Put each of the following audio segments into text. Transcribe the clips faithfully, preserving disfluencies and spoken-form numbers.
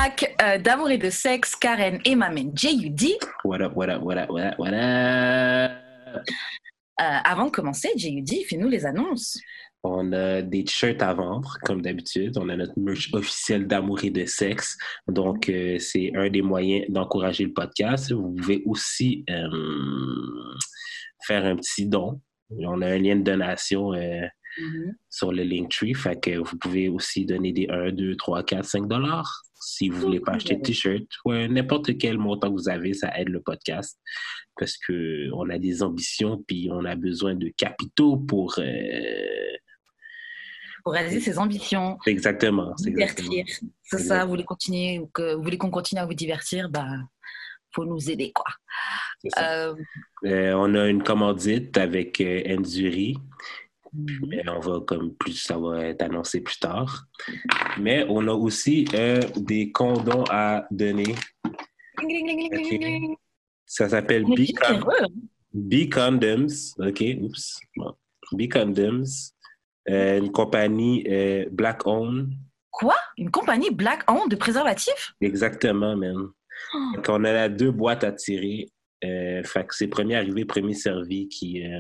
back euh, d'Amour et de Sexe, Karen et ma main J U D. What up, what up, what up, what up, what up? Euh, avant de commencer, J U D, fais-nous les annonces. On a des t-shirts à vendre, comme d'habitude. On a notre merch officiel d'Amour et de Sexe. Donc, euh, c'est un des moyens d'encourager le podcast. Vous pouvez aussi euh, faire un petit don. On a un lien de donation euh, mm-hmm. sur le Linktree. Fait que vous pouvez aussi donner des un, deux, trois, quatre, cinq dollars. Si vous ne voulez pas acheter de t-shirt, ouais, n'importe quel montant que vous avez, ça aide le podcast. Parce qu'on a des ambitions, puis on a besoin de capitaux pour... Euh, pour réaliser ses ambitions. Exactement. C'est divertir. Exactement. C'est exactement. Ça, vous voulez continuer ou que vous voulez qu'on continue à vous divertir, bah, faut nous aider, quoi. Euh... Euh, on a une commandite avec euh, Enduri. Mm-hmm. Mais on va comme plus, ça va être annoncé plus tard. Mais on a aussi euh, des condoms à donner. Okay. Ça s'appelle B-Condoms. OK, oups. Bon. B-Condoms. Euh, une compagnie euh, Black Owned. Quoi? Une compagnie Black Owned de préservatifs? Exactement, man. Oh. Donc, on a là deux boîtes à tirer. Euh, fait que c'est premier arrivé, premier servi qui, euh,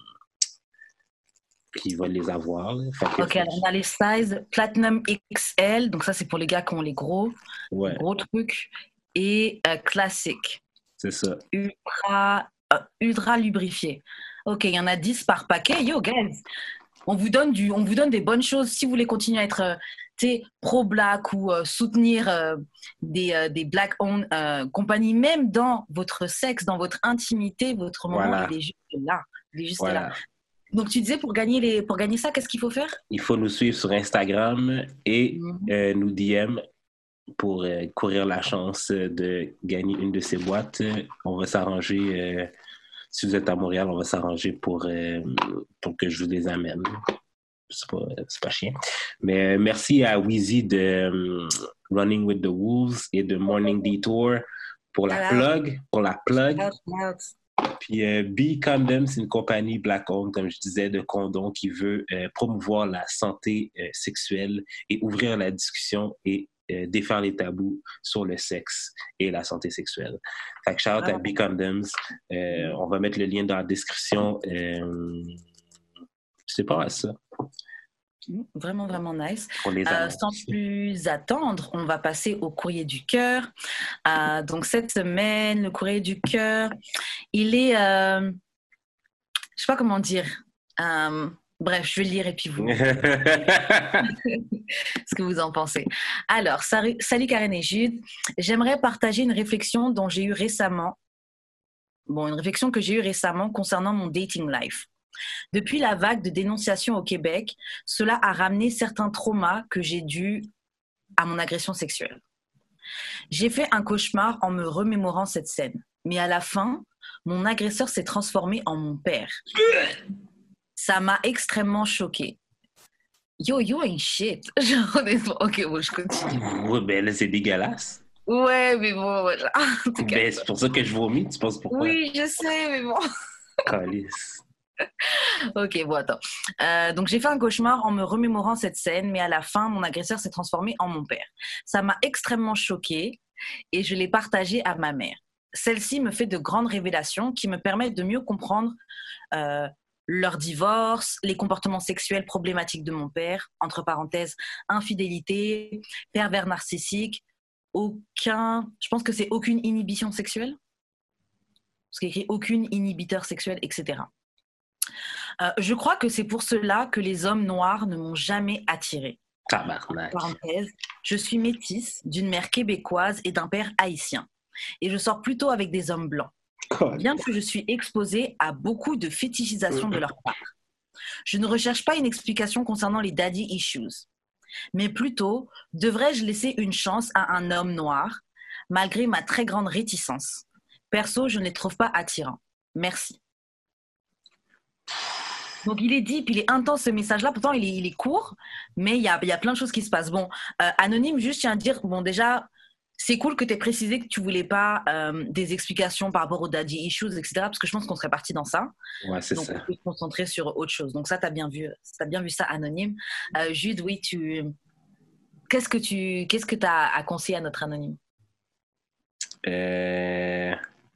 qui va les avoir. Fait OK, alors on a les sizes Platinum X L. Donc ça, c'est pour les gars qui ont les gros, ouais. les gros trucs. Et euh, Classic. C'est ça. Ultra, euh, ultra lubrifié. OK, il y en a dix par paquet. Yo, guys! On vous donne du, on vous donne des bonnes choses si vous voulez continuer à être, euh, pro-black ou euh, soutenir euh, des, euh, des black-owned euh, compagnies, même dans votre sexe, dans votre intimité, votre moment, voilà. il est juste là. Il est juste voilà. là. Donc tu disais pour gagner les, pour gagner ça, qu'est-ce qu'il faut faire? Il faut nous suivre sur Instagram et mm-hmm. euh, nous D M pour euh, courir la chance de gagner une de ces boîtes. On va s'arranger. Euh, Si vous êtes à Montréal, on va s'arranger pour, euh, pour que je vous les amène. C'est pas, c'est pas chiant. Mais euh, merci à Wheezy de um, Running with the Wolves et de Morning Detour pour la plug. Pour la plug. Puis euh, B-Condom, c'est une compagnie black-owned, comme je disais, de condoms qui veut euh, promouvoir la santé euh, sexuelle et ouvrir la discussion et Euh, défaire les tabous sur le sexe et la santé sexuelle. Fait que shout out ah. à B-Condoms. Euh, on va mettre le lien dans la description. Euh, c'est pas mal ça. Vraiment, vraiment nice. Euh, sans plus attendre, on va passer au courrier du cœur. Euh, donc, cette semaine, le courrier du cœur, il est... Euh, je sais pas comment dire... Euh, Bref, je vais le lire et puis vous. Ce que vous en pensez. Alors, salut, salut Karen et Jude. J'aimerais partager une réflexion dont j'ai eu récemment. Bon, une réflexion que j'ai eue récemment concernant mon dating life. Depuis la vague de dénonciation au Québec, cela a ramené certains traumas que j'ai dus à mon agression sexuelle. J'ai fait un cauchemar en me remémorant cette scène. Mais à la fin, mon agresseur s'est transformé en mon père. Ça m'a extrêmement choquée. Yo, you ain't shit. Genre, honnêtement, ok, bon, je continue. Ouais, ben là, c'est dégueulasse. Ouais, mais bon, voilà. Ben, c'est pour ça que je vomis, tu penses pourquoi? Oui, je sais, mais bon. Calice. Ok, bon, attends. Euh, donc, j'ai fait un cauchemar en me remémorant cette scène, mais à la fin, mon agresseur s'est transformé en mon père. Ça m'a extrêmement choquée et je l'ai partagé à ma mère. Celle-ci me fait de grandes révélations qui me permettent de mieux comprendre euh, leur divorce, les comportements sexuels problématiques de mon père, entre parenthèses, infidélité, pervers narcissique, aucun, je pense que c'est aucune inhibition sexuelle, parce qu'il y a écrit aucune inhibiteur sexuel, et cetera. Euh, je crois que c'est pour cela que les hommes noirs ne m'ont jamais attirée. Tabarnak. Parenthèse, je suis métisse d'une mère québécoise et d'un père haïtien, et je sors plutôt avec des hommes blancs. Bien que je suis exposée à beaucoup de fétichisation de leur part. Je ne recherche pas une explication concernant les daddy issues, mais plutôt, devrais-je laisser une chance à un homme noir, malgré ma très grande réticence? Perso, je ne les trouve pas attirants. Merci. Donc, il est deep, il est intense ce message-là. Pourtant, il est, il est court, mais il y a, il y a plein de choses qui se passent. Bon, euh, Anonyme, juste, tiens à dire, bon, déjà... C'est cool que tu aies précisé que tu ne voulais pas euh, des explications par rapport aux daddy issues, et cetera. Parce que je pense qu'on serait parti dans ça. Ouais, c'est Donc, ça. on peut se concentrer sur autre chose. Donc, ça, tu as bien vu, t'as bien vu ça, Anonyme. Euh, Jude, oui, tu, qu'est-ce que tu qu'est-ce que t'as à conseiller à notre anonyme? Euh,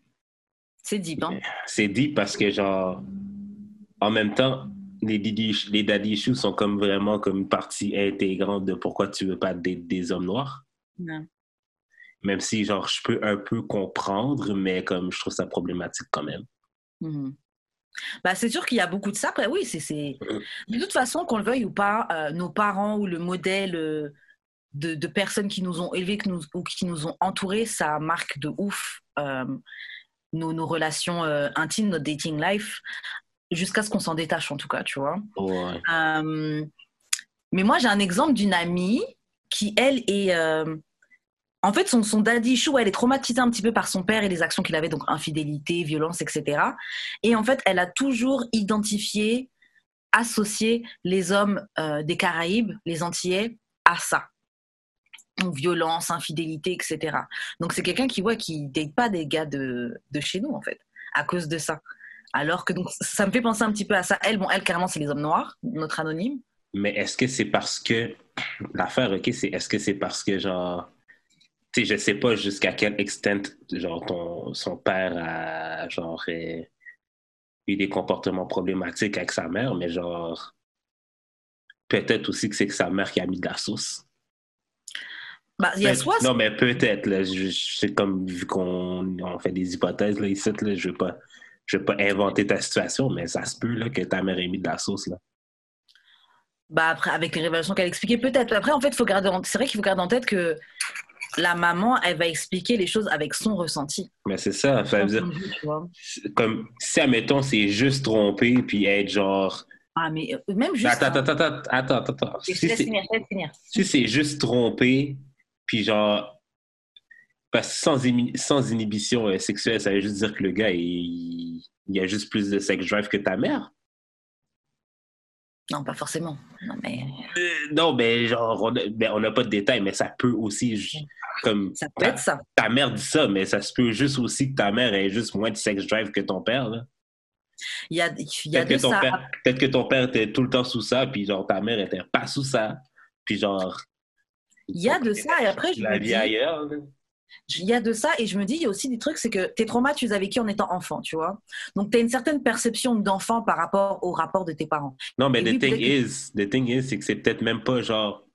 C'est deep, hein? c'est dit parce que, genre, en même temps, les daddy, les daddy issues sont comme vraiment comme une partie intégrante de pourquoi tu veux pas des, des hommes noirs. Ouais. Même si, genre, je peux un peu comprendre, mais comme je trouve ça problématique quand même. Mhm. Bah, c'est sûr qu'il y a beaucoup de ça. Après, oui, c'est, c'est... De toute façon, qu'on le veuille ou pas, euh, nos parents ou le modèle euh, de, de personnes qui nous ont élevés que nous, ou qui nous ont entourés, ça marque de ouf euh, nos, nos relations euh, intimes, notre dating life, jusqu'à ce qu'on s'en détache, en tout cas, tu vois. Ouais. Euh, mais moi, j'ai un exemple d'une amie qui, elle, est... euh, en fait, son, son daddy issue, elle est traumatisée un petit peu par son père et les actions qu'il avait, donc infidélité, violence, et cetera. Et en fait, elle a toujours identifié, associé les hommes euh, des Caraïbes, les Antillais, à ça. Donc, violence, infidélité, et cetera. Donc, c'est quelqu'un qui voit qui date pas des gars de, de chez nous, en fait, à cause de ça. Alors que donc, ça me fait penser un petit peu à ça. Elle, bon, elle, carrément, c'est les hommes noirs, notre anonyme. Mais est-ce que c'est parce que... L'affaire, OK, c'est est-ce que c'est parce que, genre... Tu sais, je sais pas jusqu'à quel extent, genre, ton, son père a, genre, euh, eu des comportements problématiques avec sa mère, mais genre, peut-être aussi que c'est que sa mère qui a mis de la sauce. Bah, il y a soit... Non, mais peut-être, là, je, je- c'est comme, vu qu'on on fait des hypothèses, là, ici, là, je veux pas, je veux pas inventer ta situation, mais ça se peut, là, que ta mère ait mis de la sauce, là. Bah, après, avec les révélations qu'elle expliquait, peut-être. Après, en fait, faut garder en... c'est vrai qu'il faut garder en tête que la maman, elle va expliquer les choses avec son ressenti. Mais c'est ça, ça veut dire, comme, si, admettons, c'est juste tromper, puis être genre... Ah, mais euh, même juste... Attends, attends, attends, attends, attends, attends. Je te Si laisse c'est, finir, je te laisse finir. si c'est juste tromper, puis genre, parce que sans, imi- sans inhibition euh, sexuelle, ça veut juste dire que le gars, il, il a juste plus de sex drive que ta mère. Non, pas forcément. Non, mais... Euh, non, mais genre, on a- ben, on n'a pas de détails, mais ça peut aussi, ju- comme, Ça peut ta, être ça. ta mère dit ça, mais ça se peut juste aussi que ta mère ait juste moins de sex drive que ton père, là. Il y a, il y a Peut-être de que ton ça. père, peut-être que ton père était tout le temps sous ça, puis genre, ta mère était pas sous ça. Puis genre, Il y a de ça. Et après, je la me vie dis... ailleurs, là. Il y a de ça. Et je me dis, il y a aussi des trucs, c'est que tes traumas, tu les as vécus en étant enfant, tu vois. Donc, tu as une certaine perception d'enfant par rapport au rapport de tes parents. Non, mais Et the oui, thing peut-être que... is, the thing is, c'est que c'est peut-être même pas genre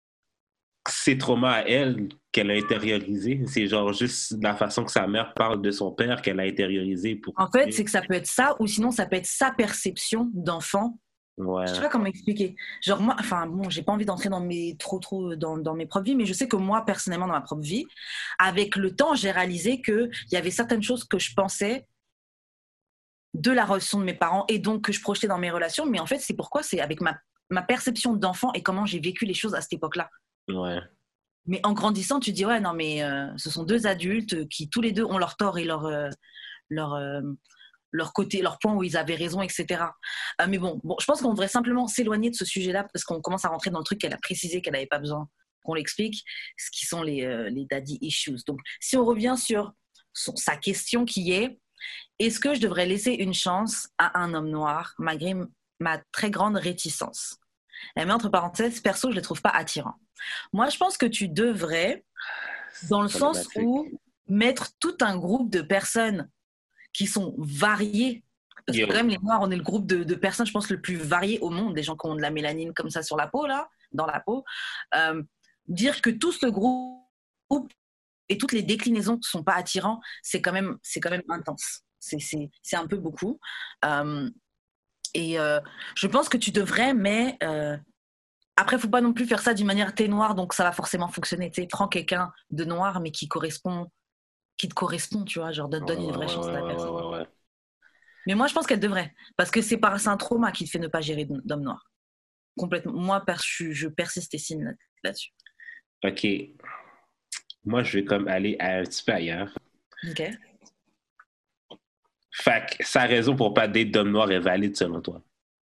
ses traumas à elle qu'elle a intériorisé. C'est genre juste la façon que sa mère parle de son père qu'elle a intériorisé pour. En fait, c'est que ça peut être ça, ou sinon, ça peut être sa perception d'enfant. Ouais. Je sais pas comment expliquer. Genre moi, enfin bon, j'ai pas envie d'entrer dans mes trop trop dans, dans mes propres vies, mais je sais que moi personnellement dans ma propre vie, avec le temps, j'ai réalisé que il y avait certaines choses que je pensais de la relation de mes parents et donc que je projetais dans mes relations, mais en fait c'est pourquoi c'est avec ma ma perception d'enfant et comment j'ai vécu les choses à cette époque-là. Ouais. Mais en grandissant, tu te dis ouais non mais euh, ce sont deux adultes qui tous les deux ont leur tort et leur euh, leur euh, leur côté, leur point où ils avaient raison, et cetera. Euh, mais bon, bon, je pense qu'on devrait simplement s'éloigner de ce sujet-là parce qu'on commence à rentrer dans le truc qu'elle a précisé qu'elle n'avait pas besoin qu'on l'explique, ce qui sont les, euh, les daddy issues. Donc, si on revient sur son, sa question qui est, est-ce que je devrais laisser une chance à un homme noir malgré m- ma très grande réticence? Elle met entre parenthèses, perso, je ne les trouve pas attirants. Moi, je pense que tu devrais, dans le sens où mettre tout un groupe de personnes qui sont variés. Parce Yo. que quand même, les Noirs, on est le groupe de, de personnes, je pense, le plus varié au monde. Des gens qui ont de la mélanine comme ça sur la peau, là, dans la peau. Euh, dire que tout ce groupe et toutes les déclinaisons ne sont pas attirants, c'est quand même, c'est quand même intense. C'est, c'est, c'est un peu beaucoup. Euh, et euh, je pense que tu devrais, mais... Euh, après, il ne faut pas non plus faire ça d'une manière t'es noir, donc ça va forcément fonctionner. Tu sais, prends quelqu'un de noir, mais qui correspond, qui te correspond, tu vois, genre donne, donne Ouais, une ouais, vraie ouais, chance à la ouais, personne. ouais, ouais, ouais. Mais moi, je pense qu'elle devrait. Parce que c'est par c'est un trauma qui te fait ne pas gérer d'homme noir. Complètement. Moi, je, je persiste et signe là- là-dessus. OK. Moi, je vais comme aller un petit peu ailleurs. OK. Fait que sa raison pour pas date d'homme noir est valide selon toi.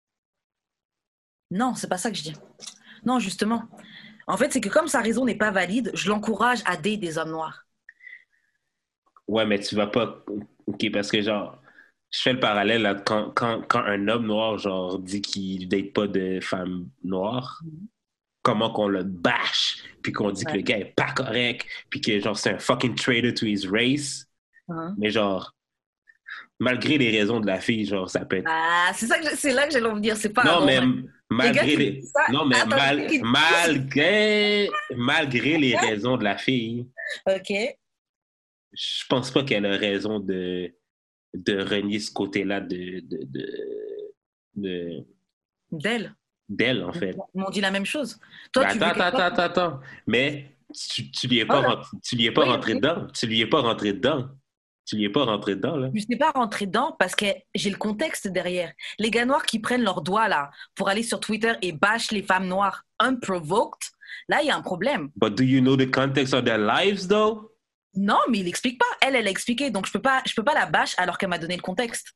Non, c'est pas ça que je dis. Non, justement. En fait, c'est que comme sa raison n'est pas valide, je l'encourage à date des hommes noirs. Ouais, mais tu vas pas. OK, parce que genre, je fais le parallèle là, quand, quand, quand un homme noir, genre, dit qu'il date pas de femme noire, comment qu'on le bâche, puis qu'on dit ouais. que le gars est pas correct, puis que genre c'est un fucking traitor to his race. Uh-huh. Mais genre, malgré les raisons de la fille, genre ça peut être... Ah, c'est, ça que je, c'est là que j'allais en dire, c'est pas... Non, bon, mais ouais. malgré les... les... Non, mais Attends, mal... malgré... malgré les raisons de la fille... OK. Je pense pas qu'elle a raison de, de renier ce côté-là de... de, de, de... D'elle. D'elle, en fait. Ils m'ont dit la même chose. Toi, ben tu attends, attends, attends, attends, attends. Mais tu, tu lui es pas, oh rentré, tu lui es pas oui, rentré oui. dedans. Tu lui es pas rentré dedans. Tu lui es pas rentré dedans, là. Je ne suis pas rentré dedans parce que j'ai le contexte derrière. Les gars noirs qui prennent leurs doigts, là, pour aller sur Twitter et bâchent les femmes noires unprovoked, là, il y a un problème. But do you know the context of their lives, though? Non, mais il n'explique pas. Elle, elle a expliqué. Donc, je peux pas, je peux pas la bâche alors qu'elle m'a donné le contexte.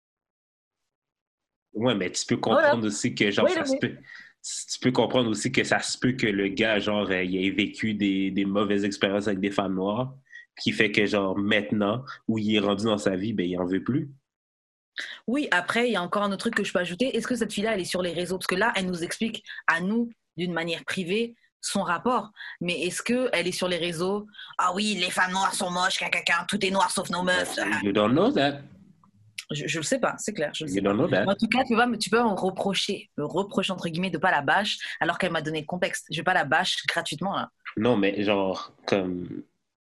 Ouais, mais tu peux comprendre voilà. aussi que, genre, oui, ça oui. se peut... Tu peux comprendre aussi que ça se peut que le gars, genre, euh, il ait vécu des, des mauvaises expériences avec des femmes noires, qui fait que, genre, maintenant, où il est rendu dans sa vie, ben, il en veut plus. Oui, après, il y a encore un autre truc que je peux ajouter. Est-ce que cette fille-là, elle est sur les réseaux? Parce que là, elle nous explique à nous, d'une manière privée, son rapport. Mais est-ce qu'elle est sur les réseaux? Ah oui, les femmes noires sont moches, caca, tout est noir sauf nos meufs. You don't know that. Je, je le sais pas, c'est clair. Je le sais you don't know that. En tout cas, tu, vas, tu peux me reprocher, me reprocher entre guillemets de pas la bâche, alors qu'elle m'a donné le contexte. Je vais pas la bâche gratuitement là. Non, mais genre comme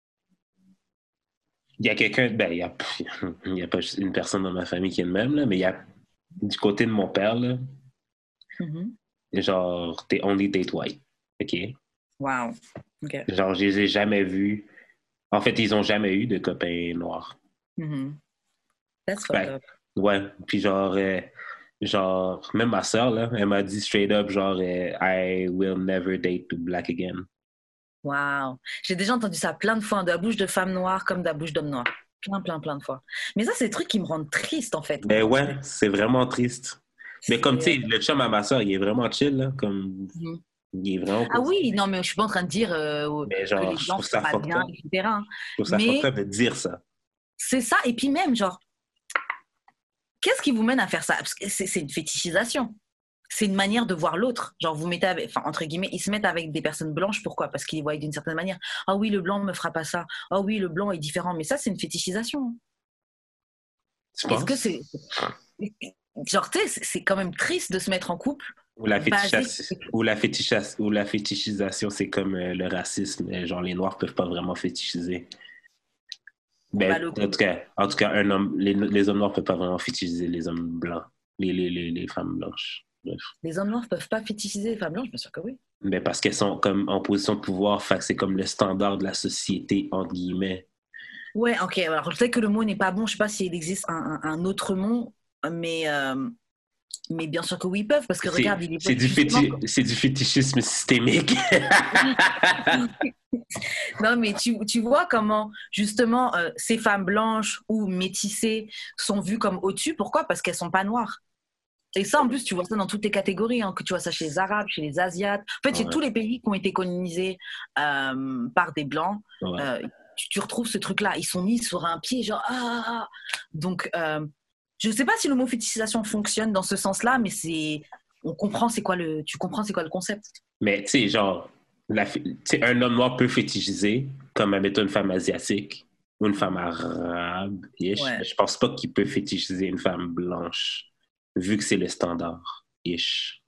il y a quelqu'un, ben il y a, il y a pas une personne dans ma famille qui est le même là, mais il y a du côté de mon père là, mm-hmm. genre t'es only date white, ok. Wow. Okay. Genre je les ai jamais vus. En fait, ils ont jamais eu de copains noirs. Mm-hmm. That's fucked ben, up. Ouais, puis genre, euh, genre, même ma soeur, là, elle m'a dit straight up, genre, euh, I will never date black again. Wow. J'ai déjà entendu ça plein de fois, de la bouche de femme noire comme de la bouche d'homme noir. Plein, plein, plein de fois. Mais ça, c'est des trucs qui me rendent triste, en fait. Ben ouais, c'est vraiment triste. Mais c'est... comme, tu sais, le chum à ma soeur, il est vraiment chill, là, comme... Mm-hmm. Il est vraiment... Ah oui, non, mais je suis pas en train de dire euh, mais genre, que les gens sont pas bien, et cetera. Je trouve ça mais... fucked up de dire ça. C'est ça, et puis même, genre, qu'est-ce qui vous mène à faire ça? Parce que c'est, c'est une fétichisation. C'est une manière de voir l'autre. Genre, vous mettez avec, enfin, entre guillemets, ils se mettent avec des personnes blanches. Pourquoi? Parce qu'ils les voient d'une certaine manière. Ah oui, le blanc me fera pas ça. Ah oui, le blanc est différent. Mais ça, c'est une fétichisation. Tu penses? Est-ce que c'est... Genre, tu sais, c'est quand même triste de se mettre en couple. Ou la, fétichas... ou la, fétichas... ou la fétichisation, c'est comme euh, le racisme. Genre, les Noirs peuvent pas vraiment fétichiser. Ben, en, tout cas, en tout cas, un homme, les, les hommes noirs ne peuvent pas vraiment fétichiser les hommes blancs, les, les, les, les femmes blanches. Bref. Les hommes noirs ne peuvent pas fétichiser les femmes blanches, bien sûr que oui. Mais parce qu'elles sont comme en position de pouvoir, fait que c'est comme le standard de la société, entre guillemets. Ouais, ok. Alors, je sais que le mot n'est pas bon. Je ne sais pas s'il existe un, un, un autre mot, mais, euh, mais bien sûr que oui, ils peuvent, parce que c'est, regarde, il est c'est, du féti- c'est du fétichisme systémique. Non, mais tu, tu vois comment, justement, euh, ces femmes blanches ou métissées sont vues comme au-dessus. Pourquoi? Parce qu'elles ne sont pas noires. Et ça, en plus, tu vois ça dans toutes les catégories. Hein, que tu vois ça chez les Arabes, chez les Asiates. En fait, ouais. C'est tous les pays qui ont été colonisés euh, par des Blancs. Ouais. Euh, tu, tu retrouves ce truc-là. Ils sont mis sur un pied, genre... Ah. Donc, euh, je ne sais pas si le mot fétichisation fonctionne dans ce sens-là, mais c'est... On comprend c'est quoi le... Tu comprends c'est quoi le concept. Mais, tu sais, genre... La, un homme noir peut fétichiser, comme admettons une femme asiatique ou une femme arabe. Ouais. Je pense pas qu'il peut fétichiser une femme blanche, vu que c'est le standard. Ish.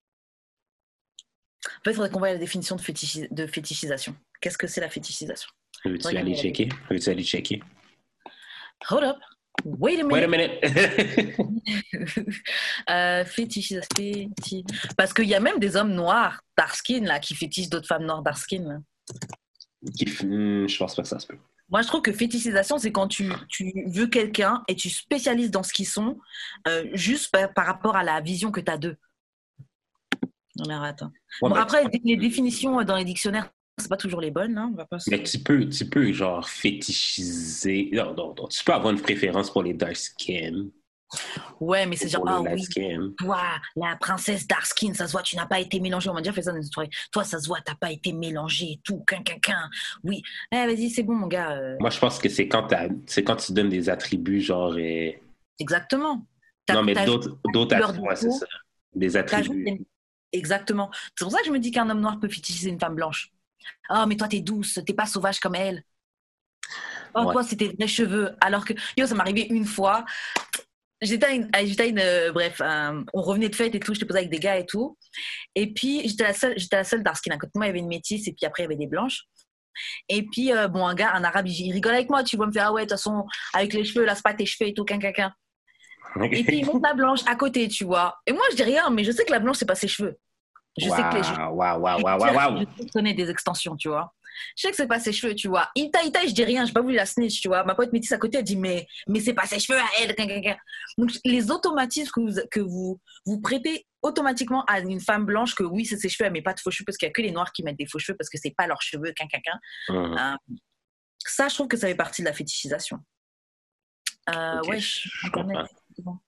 En fait, il faudrait qu'on voie la définition de, fétichi- de fétichisation. Qu'est-ce que c'est la fétichisation? Veux-tu aller checker? Veux-tu aller checker? Hold up. Wait a minute. Wait a minute. euh, fétichisation. Féti... Parce qu'il y a même des hommes noirs, dark skin, là, qui fétichent d'autres femmes noires, dark skin. Là. Qui, hmm, je pense pas que ça se peut. Moi, je trouve que fétichisation, c'est quand tu, tu veux quelqu'un et tu spécialises dans ce qu'ils sont, euh, juste par, par rapport à la vision que tu as d'eux. Non, mais attends. Ouais, bon, mais après, tu... les définitions dans les dictionnaires, c'est pas toujours les bonnes, hein? On va pas se... Mais tu peux, tu peux, genre, fétichiser... Non, non, non, tu peux avoir une préférence pour les dark skin. Ouais, mais c'est genre, ah oui, skin. Toi, la princesse dark skin, ça se voit, tu n'as pas été mélangée. On m'a déjà fait ça dans une soirée. Toi, ça se voit, t'as pas été mélangée et tout, quin, quin, quin. Oui, eh, vas-y, c'est bon, mon gars. Euh... Moi, je pense que c'est quand, c'est quand tu donnes des attributs, genre... Et... Exactement. T'as, non, mais d'autres, d'autres attributs, ouais, c'est ça. Des attributs. Exactement. C'est pour ça que je me dis qu'un homme noir peut fétichiser une femme blanche. Oh, mais toi, t'es douce, t'es pas sauvage comme elle. Oh, Ouais. toi, c'est tes vrais cheveux. Alors que, yo, ça m'est arrivé une fois. J'étais à une, j'étais à une euh, bref, euh, on revenait de fête et tout, j'étais posée avec des gars et tout. Et puis, j'étais la seule, j'étais la seule dark-skin. À côté de moi, il y avait une métisse et puis après, il y avait des blanches. Et puis, euh, bon, un gars, un arabe, il, il rigole avec moi. Tu vois, me faire, ah ouais, de toute façon, avec les cheveux, là, c'est pas tes cheveux et tout, qu'un, qu'un, qu'un. Et puis, il monte la blanche à côté, tu vois. Et moi, je dis rien, mais je sais que la blanche, c'est pas ses cheveux. Je sais que les cheveux. Waouh, waouh, waouh, waouh, waouh, waouh. Je connais des extensions, tu vois. Je sais que c'est pas ses cheveux, tu vois. Il taille, il taille, je dis rien, j'ai pas voulu la snitch, tu vois. Ma pote métisse à côté, elle dit, mais, mais c'est pas ses cheveux à elle. Donc, les automatismes que vous, que vous, vous prêtez automatiquement à une femme blanche, que oui, c'est ses cheveux, elle met pas de faux cheveux, parce qu'il y a que les noirs qui mettent des faux cheveux, parce que c'est pas leurs cheveux, qu'un, qu'un, qu'un. Hum. Euh, ça, je trouve que ça fait partie de la fétichisation. Euh, Ok, ouais, je, je Internet, comprends. c'est bon.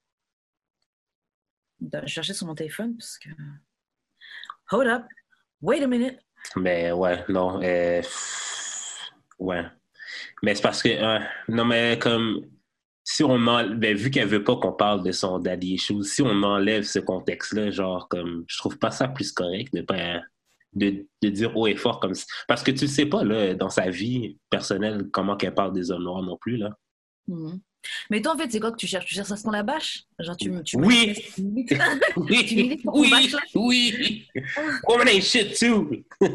Je cherchais sur mon téléphone, parce que... Hold up, wait a minute. Mais ouais, non. euh, Ouais. Mais c'est parce que, euh, non, mais comme, si on enlève, ben, vu qu'elle veut pas qu'on parle de son daddy issues, si on enlève ce contexte-là, genre, comme, je trouve pas ça plus correct de pas, de, de dire haut et fort comme ça. Parce que tu sais pas, là, dans sa vie personnelle, comment qu'elle parle des hommes noirs non plus, là. Mm-hmm. Mais toi, en fait, c'est quoi que tu cherches? Tu cherches à ce qu'on la bâche? Genre, tu, tu Oui! manifestes, tu milites, tu Oui! milites pour qu'on Oui! bâche là? Oui! Woman ain't shit too!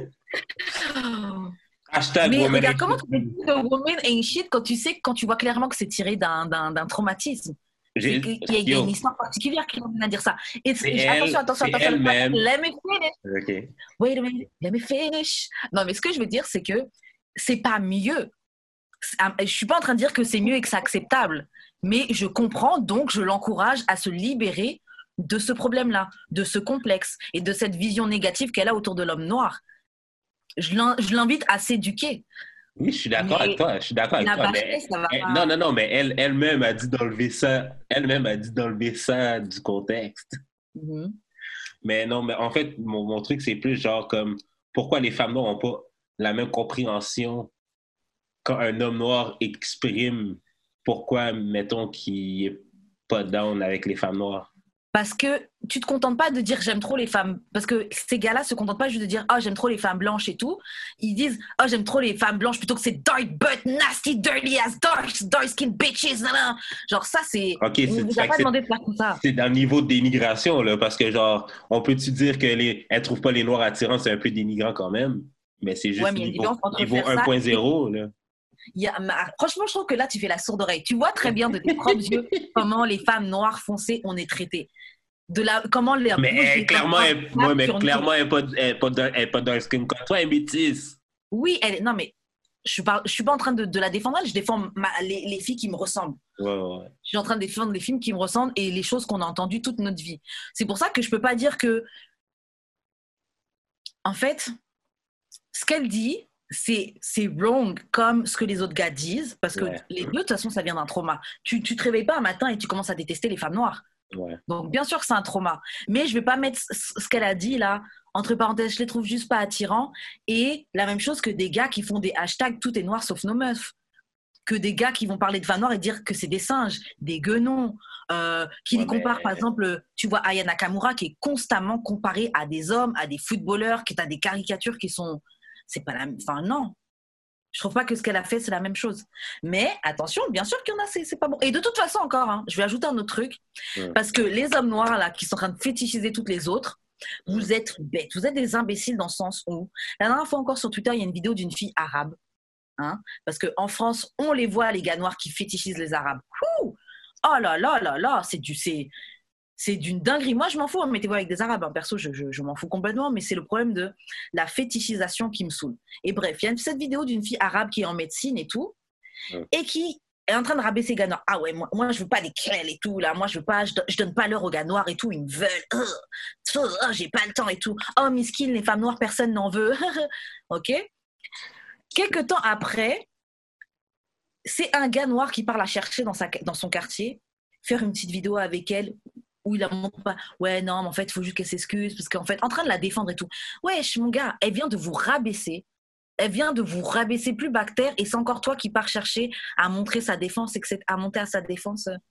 Hashtag Mais woman regarde, ain't comment shit tu peux too. dire que woman ain't shit quand tu sais, quand tu vois clairement que c'est tiré d'un, d'un, d'un traumatisme? C'est J'ai- qu'il y a, il y a une Yo, histoire particulière qui m'amène à dire ça. Et c'est attention, elle, attention, c'est attention, elle-même. let me finish. OK. Wait a minute, let me finish. Non, mais ce que je veux dire, c'est que c'est pas mieux. Je suis pas en train de dire que c'est mieux et que c'est acceptable, mais je comprends, donc je l'encourage à se libérer de ce problème-là, de ce complexe et de cette vision négative qu'elle a autour de l'homme noir. Je l'invite à s'éduquer. Oui, je suis d'accord avec Mais toi. Je suis d'accord avec la toi. bâcher, Mais ça va elle- non, pas. non, non, mais elle, elle-même a dit d'enlever ça. Elle-même a dit d'enlever ça du contexte. Mm-hmm. Mais non, mais en fait, mon, mon truc, c'est plus genre comme pourquoi les femmes noires n'ont pas la même compréhension quand un homme noir exprime pourquoi, mettons, qu'il est pas down avec les femmes noires. Parce que tu te contentes pas de dire j'aime trop les femmes. Parce que ces gars-là se contentent pas juste de dire oh j'aime trop les femmes blanches et tout. Ils disent oh j'aime trop les femmes blanches plutôt que c'est dark butt, nasty, dirty ass, dark, dark skin bitches. Nan, nan. Genre ça c'est. OK, On c'est vous a fait que pas c'est demandé de faire tout ça. c'est dans le niveau de dénigration, là, parce que genre, on peut-tu dire qu'elle est, elle trouve pas les noirs attirants, c'est un peu dénigrant quand même, mais c'est Ouais, juste mais il y a une niveau, différence entre niveau faire ça et un point zéro, là. il y a, ma- franchement, je trouve que là, tu fais la sourde oreille. Tu vois très bien de tes propres yeux comment les femmes noires foncées on est traitées. De la, comment les Mais rouges, elle, les clairement, noirs elle, moi, tapent mais sur nous. clairement, elle est pas, elle est pas, dark- elle est pas dark skin comme toi, elle est métisse. Oui, elle est, non, mais je ne je suis pas en train de, de la défendre, je défends ma, les, les filles qui me ressemblent. Ouais, ouais. Je suis en train de défendre les films qui me ressemblent et les choses qu'on a entendues toute notre vie. C'est pour ça que je ne peux pas dire que, en fait, ce qu'elle dit, c'est, c'est wrong comme ce que les autres gars disent, parce que Ouais. les deux, de toute façon, ça vient d'un trauma. Tu ne te réveilles pas un matin et tu commences à détester les femmes noires. Ouais. Donc, bien sûr que c'est un trauma. Mais je ne vais pas mettre ce qu'elle a dit là, entre parenthèses, je les trouve juste pas attirants. Et la même chose que des gars qui font des hashtags tout est noir sauf nos meufs. Que des gars qui vont parler de femmes noires et dire que c'est des singes, des guenons, euh, qui Ouais, les comparent, mais- par exemple, tu vois Aya Nakamura qui est constamment comparée à des hommes, à des footballeurs, qui a des caricatures qui sont. C'est pas la. Enfin, non. Je trouve pas que ce qu'elle a fait, c'est la même chose. Mais attention, bien sûr qu'il y en a, c'est, c'est pas bon. Et de toute façon, encore, hein, je vais ajouter un autre truc. Ouais. Parce que les hommes noirs, là, qui sont en train de fétichiser toutes les autres, vous êtes bêtes. Vous êtes des imbéciles dans le sens où, la dernière fois encore sur Twitter, il y a une vidéo d'une fille arabe. Hein, parce qu'en France, on les voit, les gars noirs qui fétichisent les arabes. Ouh, oh là là là là, c'est du. C'est, c'est d'une dinguerie. Moi, je m'en fous, hein, mettez-vous avec des arabes. Hein. Perso, je, je, je m'en fous complètement, mais c'est le problème de la fétichisation qui me saoule. Et bref, il y a cette vidéo d'une fille arabe qui est en médecine et tout, Ouais. et qui est en train de rabaisser les gars noirs. Ah ouais, moi, moi je veux pas des crêles et tout, là. Moi, je veux pas, je, je donne pas l'heure aux gars noirs et tout, ils me veulent. Uh, uh, j'ai pas le temps et tout. Oh, miskin, les femmes noires, personne n'en veut. Ok. Quelques temps après, c'est un gars noir qui part la chercher dans, sa, dans son quartier, faire une petite vidéo avec elle où il la montre pas. Ouais, non, mais en fait, il faut juste qu'elle s'excuse parce qu'en fait, en train de la défendre et tout. Wesh, mon gars, elle vient de vous rabaisser. Elle vient de vous rabaisser plus bactère et c'est encore toi qui pars chercher à montrer sa défense et que c'est à monter à sa défense.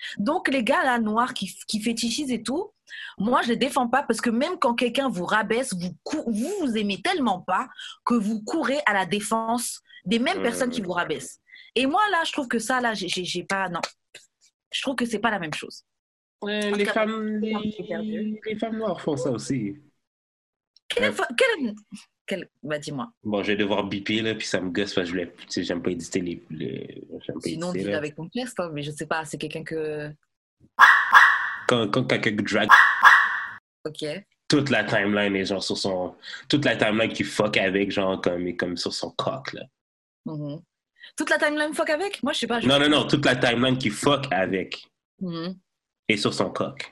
Donc, les gars là, noirs qui, qui fétichisent et tout, moi, je les défends pas parce que même quand quelqu'un vous rabaisse, vous, cou- vous vous aimez tellement pas que vous courez à la défense des mêmes personnes qui vous rabaissent. Et moi, là, je trouve que ça, là, j'ai, j'ai, j'ai pas... Non. Je trouve que c'est pas la même chose. Ouais, En les tout cas, femmes, c'est un petit peu perdu. les, les femmes noires font ça aussi. Quelle, Euh, fa- quelle, quelle... Bah, dis-moi. bon, je vais devoir biper, là, puis ça me gosse parce que je voulais, tu sais, j'aime pas éditer les, les- j'aime pas Sinon, éditer, dis là. avec ton geste, hein, mais je sais pas, c'est quelqu'un que... Quand, quand quelqu'un drag Ok. toute la timeline est genre sur son, toute la timeline qui fuck avec, genre, comme, est comme sur son coq, là. Mhm. Toute la timeline fuck avec? Moi, je sais pas. Je... Non, non, non, toute la timeline qui fuck avec Mhm. est sur son coq.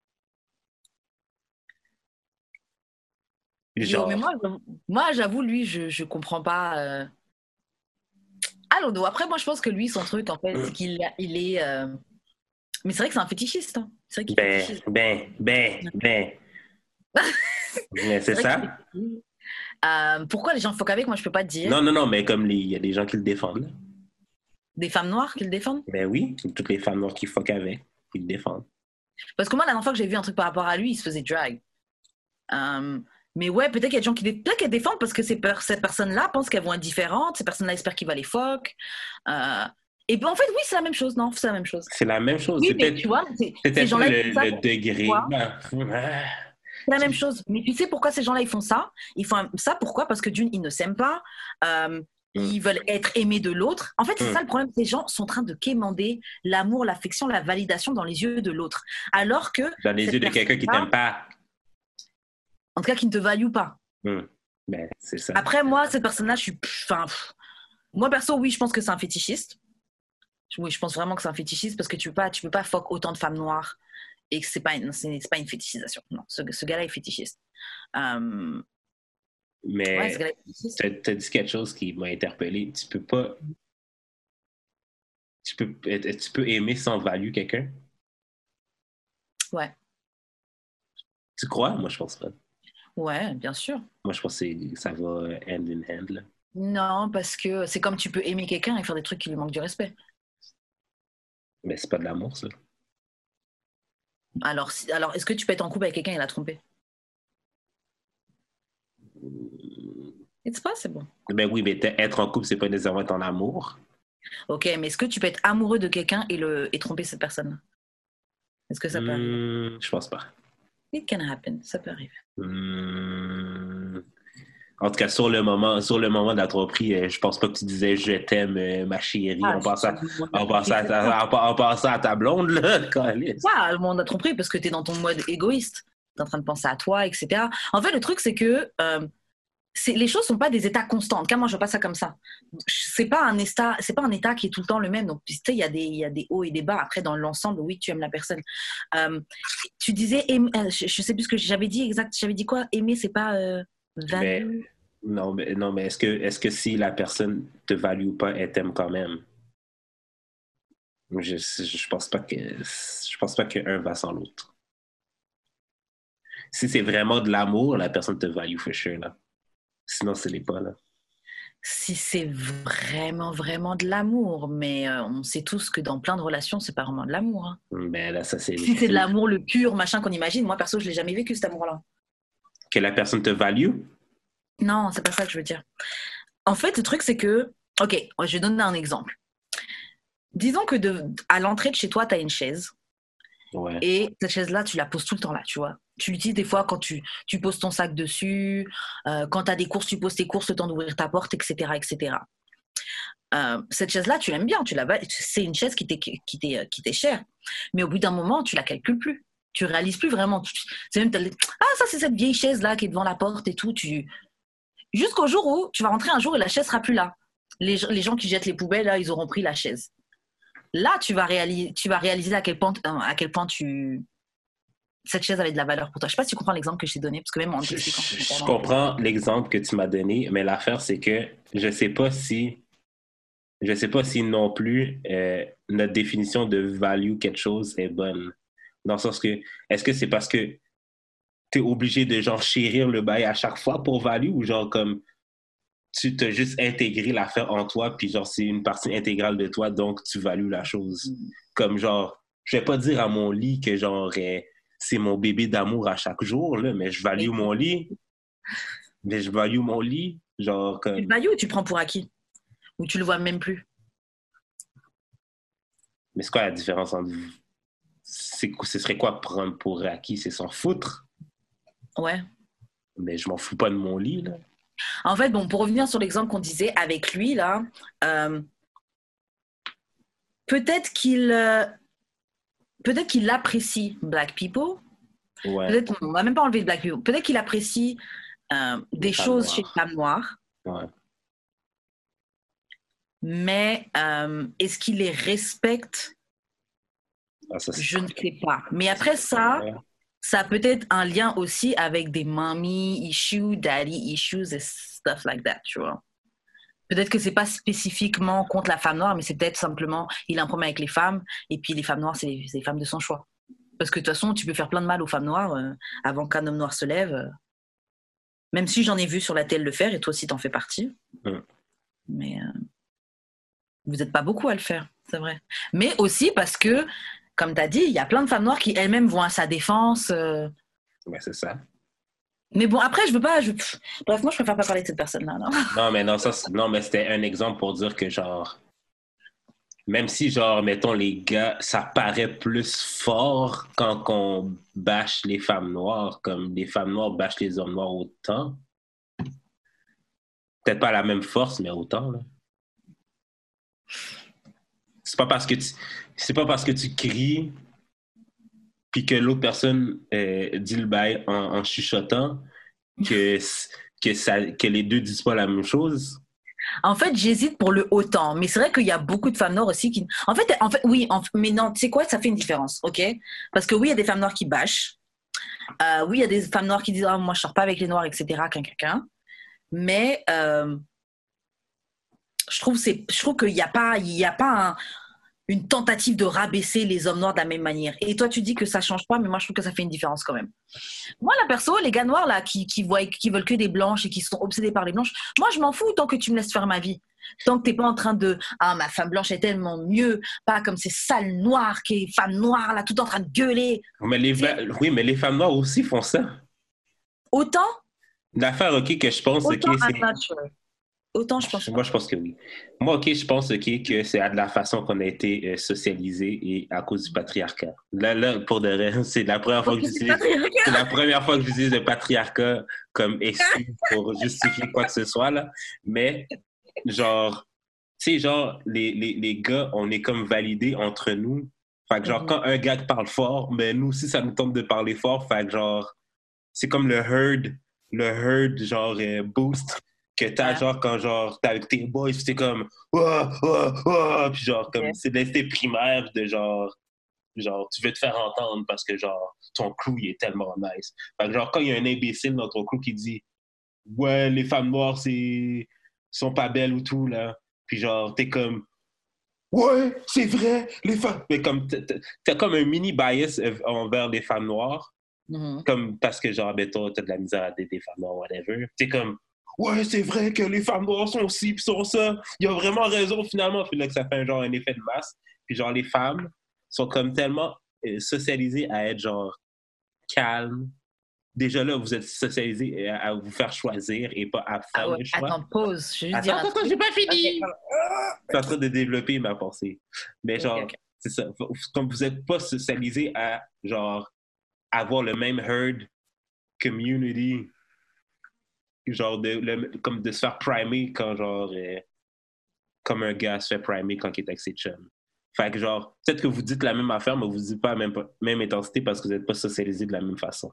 Yo, mais Genre, moi, j'avoue- moi, j'avoue, lui, je, je comprends pas. Euh... Allô, donc après, moi, je pense que lui, son truc, en fait, c'est qu'il il est. euh, Mais c'est vrai que c'est un fétichiste. Hein. C'est vrai qu'il ben, fétichise. ben, ben, ben. Mais c'est C'est vrai qu'il ça? fétichise. Euh, pourquoi les gens fuck avec? Moi, je peux pas te dire. Non, non, non, mais comme les- il y a des gens qui le défendent, là. Des femmes noires qui le défendent. Ben oui, toutes les femmes noires qui fuck avec, ils le défendent. Parce que moi, la dernière fois que j'ai vu un truc par rapport à lui, il se faisait drag. Euh, Mais ouais, peut-être qu'il y a des gens qui dé- peut-être qu'elles défendent parce que ces, per- ces personnes-là pensent qu'elles vont être différentes. Ces personnes-là espèrent qu'il va les fuck. Euh... Et ben en fait, oui, c'est la même chose. Non, c'est la même chose. C'est la même chose. Oui, C'est mais peut-être tu vois, c'est- c'est ces peut-être pas gens-là, ils le, font ça le pour- degré. pourquoi Ben, ah, C'est la même chose. Mais tu sais pourquoi ces gens-là, ils font ça? Ils font ça pourquoi? Parce que d'une, ils ne s'aiment pas. euh, Ils veulent être aimés de l'autre. En fait, c'est Mm. ça le problème. Ces gens sont en train de quémander l'amour, l'affection, la validation dans les yeux de l'autre. Alors que. dans les cette yeux de quelqu'un qui personne-là, t'aime pas. En tout cas, qui ne te value pas. Mm. Ben, c'est ça. Après, moi, cette personne-là, je suis. Enfin. pff. Moi, perso, oui, je pense que c'est un fétichiste. Oui, je pense vraiment que c'est un fétichiste parce que tu peux pas, tu peux pas fuck autant de femmes noires et que c'est pas une, c'est, c'est pas une fétichisation. Non, ce, ce gars-là est fétichiste. Euh, Mais ouais, ce gars-là est fétichiste. t'as, t'as dit quelque chose qui m'a interpellé. Tu peux pas. Tu peux, tu peux aimer sans value quelqu'un? Ouais, Tu crois? Moi, je pense pas. ouais, bien sûr. Moi, je pense que c'est- ça va hand in hand, là. Non, parce que c'est comme tu peux aimer quelqu'un et faire des trucs qui lui manquent du respect. Mais c'est pas de l'amour, ça. Alors, si- alors est-ce que tu peux être en couple avec quelqu'un et la tromper? It's possible. Ben oui, mais être en couple, c'est pas nécessairement être en amour. Ok, mais est-ce que tu peux être amoureux de quelqu'un et, le, et tromper cette personne? Est-ce que ça peut arriver? Hmm, je pense pas. It can happen, ça peut arriver. Hmm. En tout cas, sur le moment, sur le moment de la tromperie, euh, je pense pas que tu disais je t'aime, euh, ma chérie, Ah, en, passant, je- en, passant à ta, en, en passant à ta blonde, là. Câlisse. Ouais, le monde a tromperie parce que tu es dans ton mode égoïste. Tu es en train de penser à toi, et cetera. En fait, le truc, c'est que euh, c'est, les choses sont pas des états constants. En tout cas, moi, je vois pas ça comme ça. C'est pas un état, c'est pas un état qui est tout le temps le même. Donc, tu sais, il y a des, il y a des hauts et des bas. Après, dans l'ensemble, oui, tu aimes la personne. Euh, tu disais, aim- euh, je, je sais plus ce que j'avais dit exact. J'avais dit quoi? Aimer, c'est pas euh, Mais, value. non, mais, non, mais est-ce que, est-ce que si la personne te value ou pas, elle t'aime quand même? Je, je pense pas que, je pense pas qu'un va sans l'autre. Si c'est vraiment de l'amour, la personne te value for sure, là. Sinon, ce n'est pas, là. Si c'est vraiment, vraiment de l'amour, mais euh, on sait tous que dans plein de relations, c'est pas vraiment de l'amour. Hein. Ben là, ça, c'est... Si c'est de l'amour, le pur, machin qu'on imagine, moi perso, je l'ai jamais vécu cet amour-là. Que la personne te value? Non, c'est pas ça que je veux dire. En fait, le truc, c'est que, ok, je vais donner un exemple. Disons que de, à l'entrée de chez toi, tu as une chaise. Ouais. Et cette chaise-là, tu la poses tout le temps là, tu vois. Tu l'utilises des fois quand tu, tu poses ton sac dessus, euh, quand tu as des courses, tu poses tes courses, le temps d'ouvrir ta porte, et cetera et cetera. Euh, cette chaise-là, tu l'aimes bien, tu la, c'est une chaise qui t'est, qui, t'est, qui t'est chère. Mais au bout d'un moment, tu la calcules plus. Tu réalises plus vraiment. C'est même, ah, ça, c'est cette vieille chaise-là qui est devant la porte et tout. Tu... Jusqu'au jour où tu vas rentrer un jour et la chaise sera plus là. Les, les gens qui jettent les poubelles, là, ils auront pris la chaise. Là, tu vas réaliser, tu vas réaliser à quel point, à quel point tu... cette chaise avait de la valeur pour toi. Je sais pas si tu comprends l'exemple que je t'ai donné, parce que même en Je, t'expliquant, je, c'est je vraiment- comprends l'exemple que tu m'as donné, mais l'affaire, c'est que je sais pas si je sais pas si non plus euh, notre définition de value quelque chose est bonne. Dans le sens que, est-ce que c'est parce que tu es obligé de genre chérir le bail à chaque fois pour value ou genre comme tu t'as juste intégré l'affaire en toi puis genre c'est une partie intégrale de toi donc tu values la chose. Comme genre je vais pas dire à mon lit que genre euh, c'est mon bébé d'amour à chaque jour, là, mais je value mon lit. Mais je value mon lit. Genre Tu le comme. values ou tu prends pour acquis? Ou tu le vois même plus? Mais c'est quoi la différence entre vous? C'est, ce serait quoi prendre pour acquis? C'est s'en foutre. Ouais. Mais je m'en fous pas de mon lit, là. En fait, bon, pour revenir sur l'exemple qu'on disait avec lui, là, euh, peut-être qu'il euh, peut-être qu'il apprécie Black people. Ouais. Peut-être, on va même pas enlever le Black people. Peut-être qu'il apprécie euh, des choses chez les femmes noires. Ouais. Mais euh, est-ce qu'il les respecte? Ah, ça, Je ne sais pas. Mais après ça, ouais. ça a peut-être un lien aussi avec des mommy issues, daddy issues et stuff like that, tu vois. Peut-être que c'est pas spécifiquement contre la femme noire, mais c'est peut-être simplement, il a un problème avec les femmes, et puis les femmes noires, c'est les, c'est les femmes de son choix. Parce que de toute façon, tu peux faire plein de mal aux femmes noires euh, avant qu'un homme noir se lève. Euh, même si j'en ai vu sur la télé le faire, et toi aussi t'en fais partie. Mm. Mais euh, vous n'êtes pas beaucoup à le faire, c'est vrai. Mais aussi parce que, comme tu as dit, il y a plein de femmes noires qui elles-mêmes vont à sa défense. Euh... Ouais, c'est ça. Mais bon, après, je veux pas. Je... Bref, moi, je préfère pas parler de cette personne-là. Non, non mais non, ça, non, mais c'était un exemple pour dire que, genre, même si, genre, mettons, les gars, ça paraît plus fort quand on bâche les femmes noires, comme les femmes noires bâchent les hommes noirs autant. Peut-être pas la même force, mais autant, là. C'est pas parce que tu, c'est pas parce que tu cries puis que l'autre personne euh, dit le bail en, en chuchotant que, que, ça, que les deux disent pas la même chose. En fait, j'hésite pour le autant, mais c'est vrai qu'il y a beaucoup de femmes noires aussi qui. En fait, en fait oui, en... mais non, tu sais quoi, ça fait une différence, ok? Parce que oui, il y a des femmes noires qui bâchent. Euh, oui, il y a des femmes noires qui disent ah, moi, je sors pas avec les noirs, et cetera. Qu'un quelqu'un. Mais euh, je trouve c'est, je trouve qu'il n'y a pas, il y a pas un, une tentative de rabaisser les hommes noirs de la même manière. Et toi, tu dis que ça change pas, mais moi, je trouve que ça fait une différence quand même. Moi, la perso, les gars noirs là, qui, qui, voient, qui veulent que des blanches et qui sont obsédés par les blanches, moi, je m'en fous tant que tu me laisses faire ma vie. Tant que t'es pas en train de ah ma femme blanche est tellement mieux, pas comme ces sales noirs qui est femme noire là, tout en train de gueuler. Mais les va... Oui, mais les femmes noires aussi font ça. Autant. L'affaire, ok, que je pense, Autant ok, c'est. Autant, je pense. Moi, je pense que oui. Moi, ok, je pense ok, que c'est de la façon qu'on a été euh, socialisé et à cause du patriarcat. Là, là, pour de vrai, c'est la première fois que j'utilise, c'est la première fois que j'utilise le patriarcat comme excuse pour justifier quoi que ce soit là. Mais genre, tu sais, genre les, les, les gars, on est comme validés entre nous. Fait que genre, mm-hmm. Quand un gars parle fort, mais nous aussi, ça nous tente de parler fort. Fait que genre, c'est comme le herd, le herd genre euh, boost. Que t'as, ouais. Genre, quand genre, t'es avec tes boys, pis t'es comme, oh, oh, oh, pis genre, comme, okay. C'est l'instinct primaire de genre, genre, tu veux te faire entendre parce que genre, ton crew, il est tellement nice. Fait que genre, quand il y a un imbécile dans ton crew qui dit, ouais, les femmes noires, c'est, sont pas belles ou tout, là, pis genre, t'es comme, ouais, c'est vrai, les femmes, mais comme, t'as comme un mini bias envers les femmes noires, mm-hmm. Comme, parce que genre, mettons, t'as de la misère à des, des femmes noires, whatever, t'es comme, ouais, c'est vrai que les femmes noires sont ci pis sont ça. Il a vraiment raison finalement. Puis là que ça fait un genre un effet de masse. Puis genre les femmes sont comme tellement euh, socialisées à être genre calmes. Déjà là, vous êtes socialisés à, à vous faire choisir et pas à faire ah ouais, le choix. Attends, pause. Je vais juste attends, dire attends, j'ai pas fini. Okay. Je suis en train de développer ma pensée. Mais genre, okay, okay. C'est ça. Comme vous n'êtes pas socialisés à genre avoir le même herd community. Genre de, le, comme de se faire primer quand genre euh, comme un gars se fait primer quand il est avec ses chums. Fait que genre, peut-être que vous dites la même affaire, mais vous ne dites pas la même, même intensité parce que vous n'êtes pas socialisés de la même façon.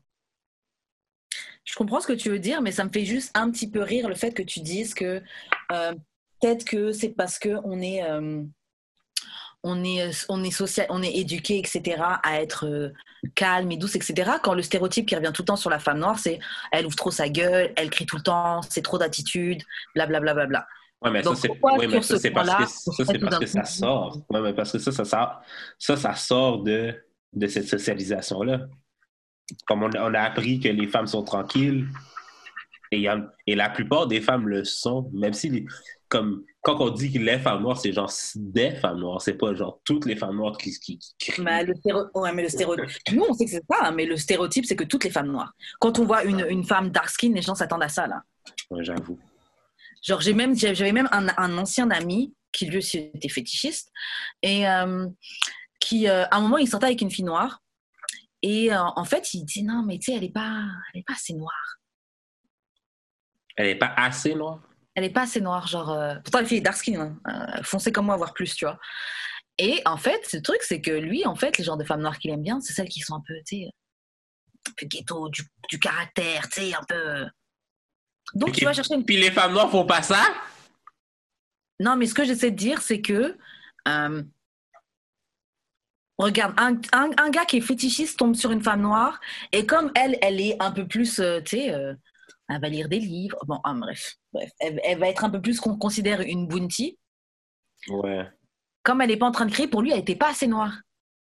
Je comprends ce que tu veux dire, mais ça me fait juste un petit peu rire le fait que tu dises que euh, peut-être que c'est parce qu'on est euh, on est, on est social, on est éduqué, et cetera, à être euh, calme et douce, et cetera. Quand le stéréotype qui revient tout le temps sur la femme noire, c'est elle ouvre trop sa gueule, elle crie tout le temps, c'est trop d'attitude, blablabla. Bla, bla, bla. Ouais, mais donc, ça, c'est, ouais, mais ça, c'est parce que, ça, c'est parce que ça sort. Ouais, mais parce que ça, ça sort, ça, ça sort de, de cette socialisation-là. Comme on, on a appris que les femmes sont tranquilles, et, y a, et la plupart des femmes le sont, même si les, comme quand on dit que les femmes noires, c'est genre des femmes noires, c'est pas genre toutes les femmes noires qui, qui, qui crient. Mais le stéréo... ouais, mais le stéréotype. Nous, on sait que c'est ça, hein, mais le stéréotype, c'est que toutes les femmes noires. Quand on voit une, une femme dark skin, les gens s'attendent à ça, là. Ouais, j'avoue. Genre, j'ai même, j'avais même un, un ancien ami qui lui aussi était fétichiste et euh, qui, euh, à un moment, il sortait avec une fille noire et euh, en fait, il dit non, mais tu sais, elle est pas, elle est pas assez noire. Elle est pas assez noire? Elle est pas assez noire, genre. Euh... Pourtant, la fille est dark skin, hein, euh, foncée comme moi, voire plus, tu vois. Et en fait, ce truc, c'est que lui, en fait, les genres de femmes noires qu'il aime bien, c'est celles qui sont un peu, tu sais, un peu ghetto, du, du caractère, tu sais, un peu. Donc, okay. tu vas chercher une. Puis les femmes noires font pas ça? Non, mais ce que j'essaie de dire, c'est que. Euh... Regarde, un, un, un gars qui est fétichiste tombe sur une femme noire, et comme elle, elle est un peu plus, euh, tu sais, euh, elle va lire des livres. Bon, ah, bref, bref. Elle, elle va être un peu plus qu'on considère une bounty. Ouais. Comme elle n'est pas en train de crier, pour lui, elle n'était pas assez noire.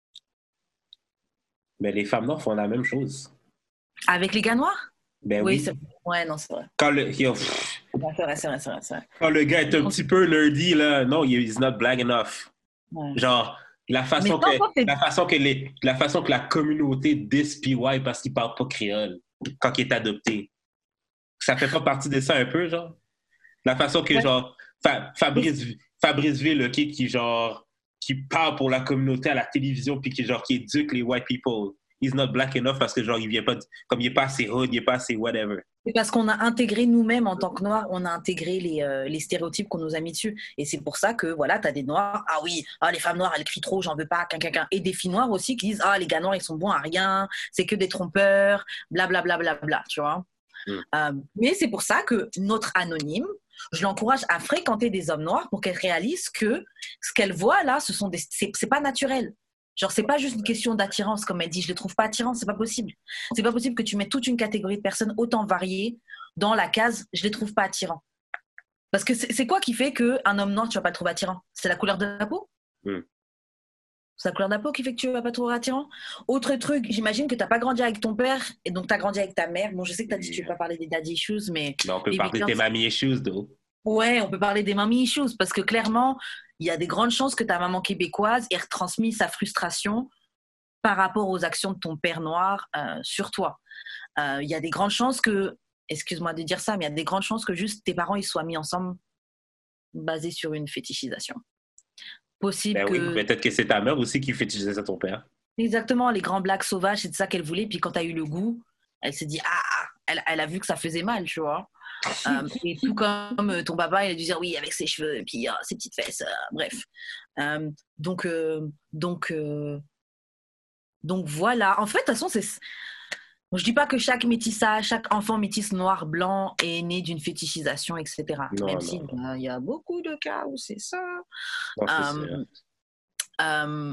Mais les femmes noires font la même chose. Avec les gars noirs? Ben oui. oui. C'est... Ouais, non, c'est vrai. Quand le, yo, ouais, c'est vrai, c'est vrai, c'est vrai, c'est vrai. Quand le gars est un petit peu nerdy, là, non, he's not black enough. Ouais. Genre, la façon, que, non, la, façon que les, la façon que la communauté diss P Y parce qu'il parle pas créole quand il est adopté. Ça fait pas partie de ça un peu, genre? La façon que, ouais. genre, Fa- Fabrice, Fabrice Ville, okay, qui, genre, qui parle pour la communauté à la télévision puis qui, genre, qui éduque les white people. He's not black enough parce que, genre, il vient pas, comme il est pas assez hood, il est pas assez whatever. C'est parce qu'on a intégré nous-mêmes, en tant que Noirs, on a intégré les, euh, les stéréotypes qu'on nous a mis dessus. Et c'est pour ça que, voilà, t'as des Noirs, ah oui, ah, les femmes noires, elles crient trop, j'en veux pas, quinquin. Et des filles noires aussi qui disent, ah, les gars noirs, ils sont bons à rien, c'est que des trompeurs, blablabla, bla, bla, bla, tu vois. Mm. Euh, mais c'est pour ça que notre anonyme, je l'encourage à fréquenter des hommes noirs pour qu'elle réalise que ce qu'elle voit là, ce sont des, c'est, c'est pas naturel. Genre, c'est pas juste une question d'attirance, comme elle dit, je les trouve pas attirants, c'est pas possible. C'est pas possible que tu mettes toute une catégorie de personnes autant variées dans la case, je les trouve pas attirants. Parce que c'est, c'est quoi qui fait qu'un homme noir, tu vas pas le trouver attirant? C'est la couleur de la peau? Mm. C'est la couleur de la peau qui fait que tu vas pas le trouver attirant? Autre truc, j'imagine que t'as pas grandi avec ton père et donc t'as grandi avec ta mère. Bon, je sais que t'as dit que tu veux pas parler des daddy issues, mais... mais on peut parler des mommy issues, though. Ouais, on peut parler des mommy issues parce que clairement, il y a des grandes chances que ta maman québécoise ait retransmis sa frustration par rapport aux actions de ton père noir euh, sur toi. Euh, il y a des grandes chances que, excuse-moi de dire ça, mais il y a des grandes chances que juste tes parents ils soient mis ensemble basés sur une fétichisation. Possible ben que... oui, peut-être que c'est ta mère aussi qui fétichisait ça ton père. Exactement, les grands blacks sauvages, c'est de ça qu'elle voulait. Puis quand t'as eu le goût, elle s'est dit, ah, elle, elle a vu que ça faisait mal, tu vois. euh, et tout comme euh, ton papa, il a dû dire oui avec ses cheveux et puis euh, ses petites fesses, euh, bref. Euh, donc, euh, donc, euh, donc voilà. En fait, de toute façon, c'est... je dis pas que chaque métissage, chaque enfant métis noir, blanc est né d'une fétichisation, et cetera. Non, Même s'il si, y a beaucoup de cas où c'est ça. Non, c'est euh, euh,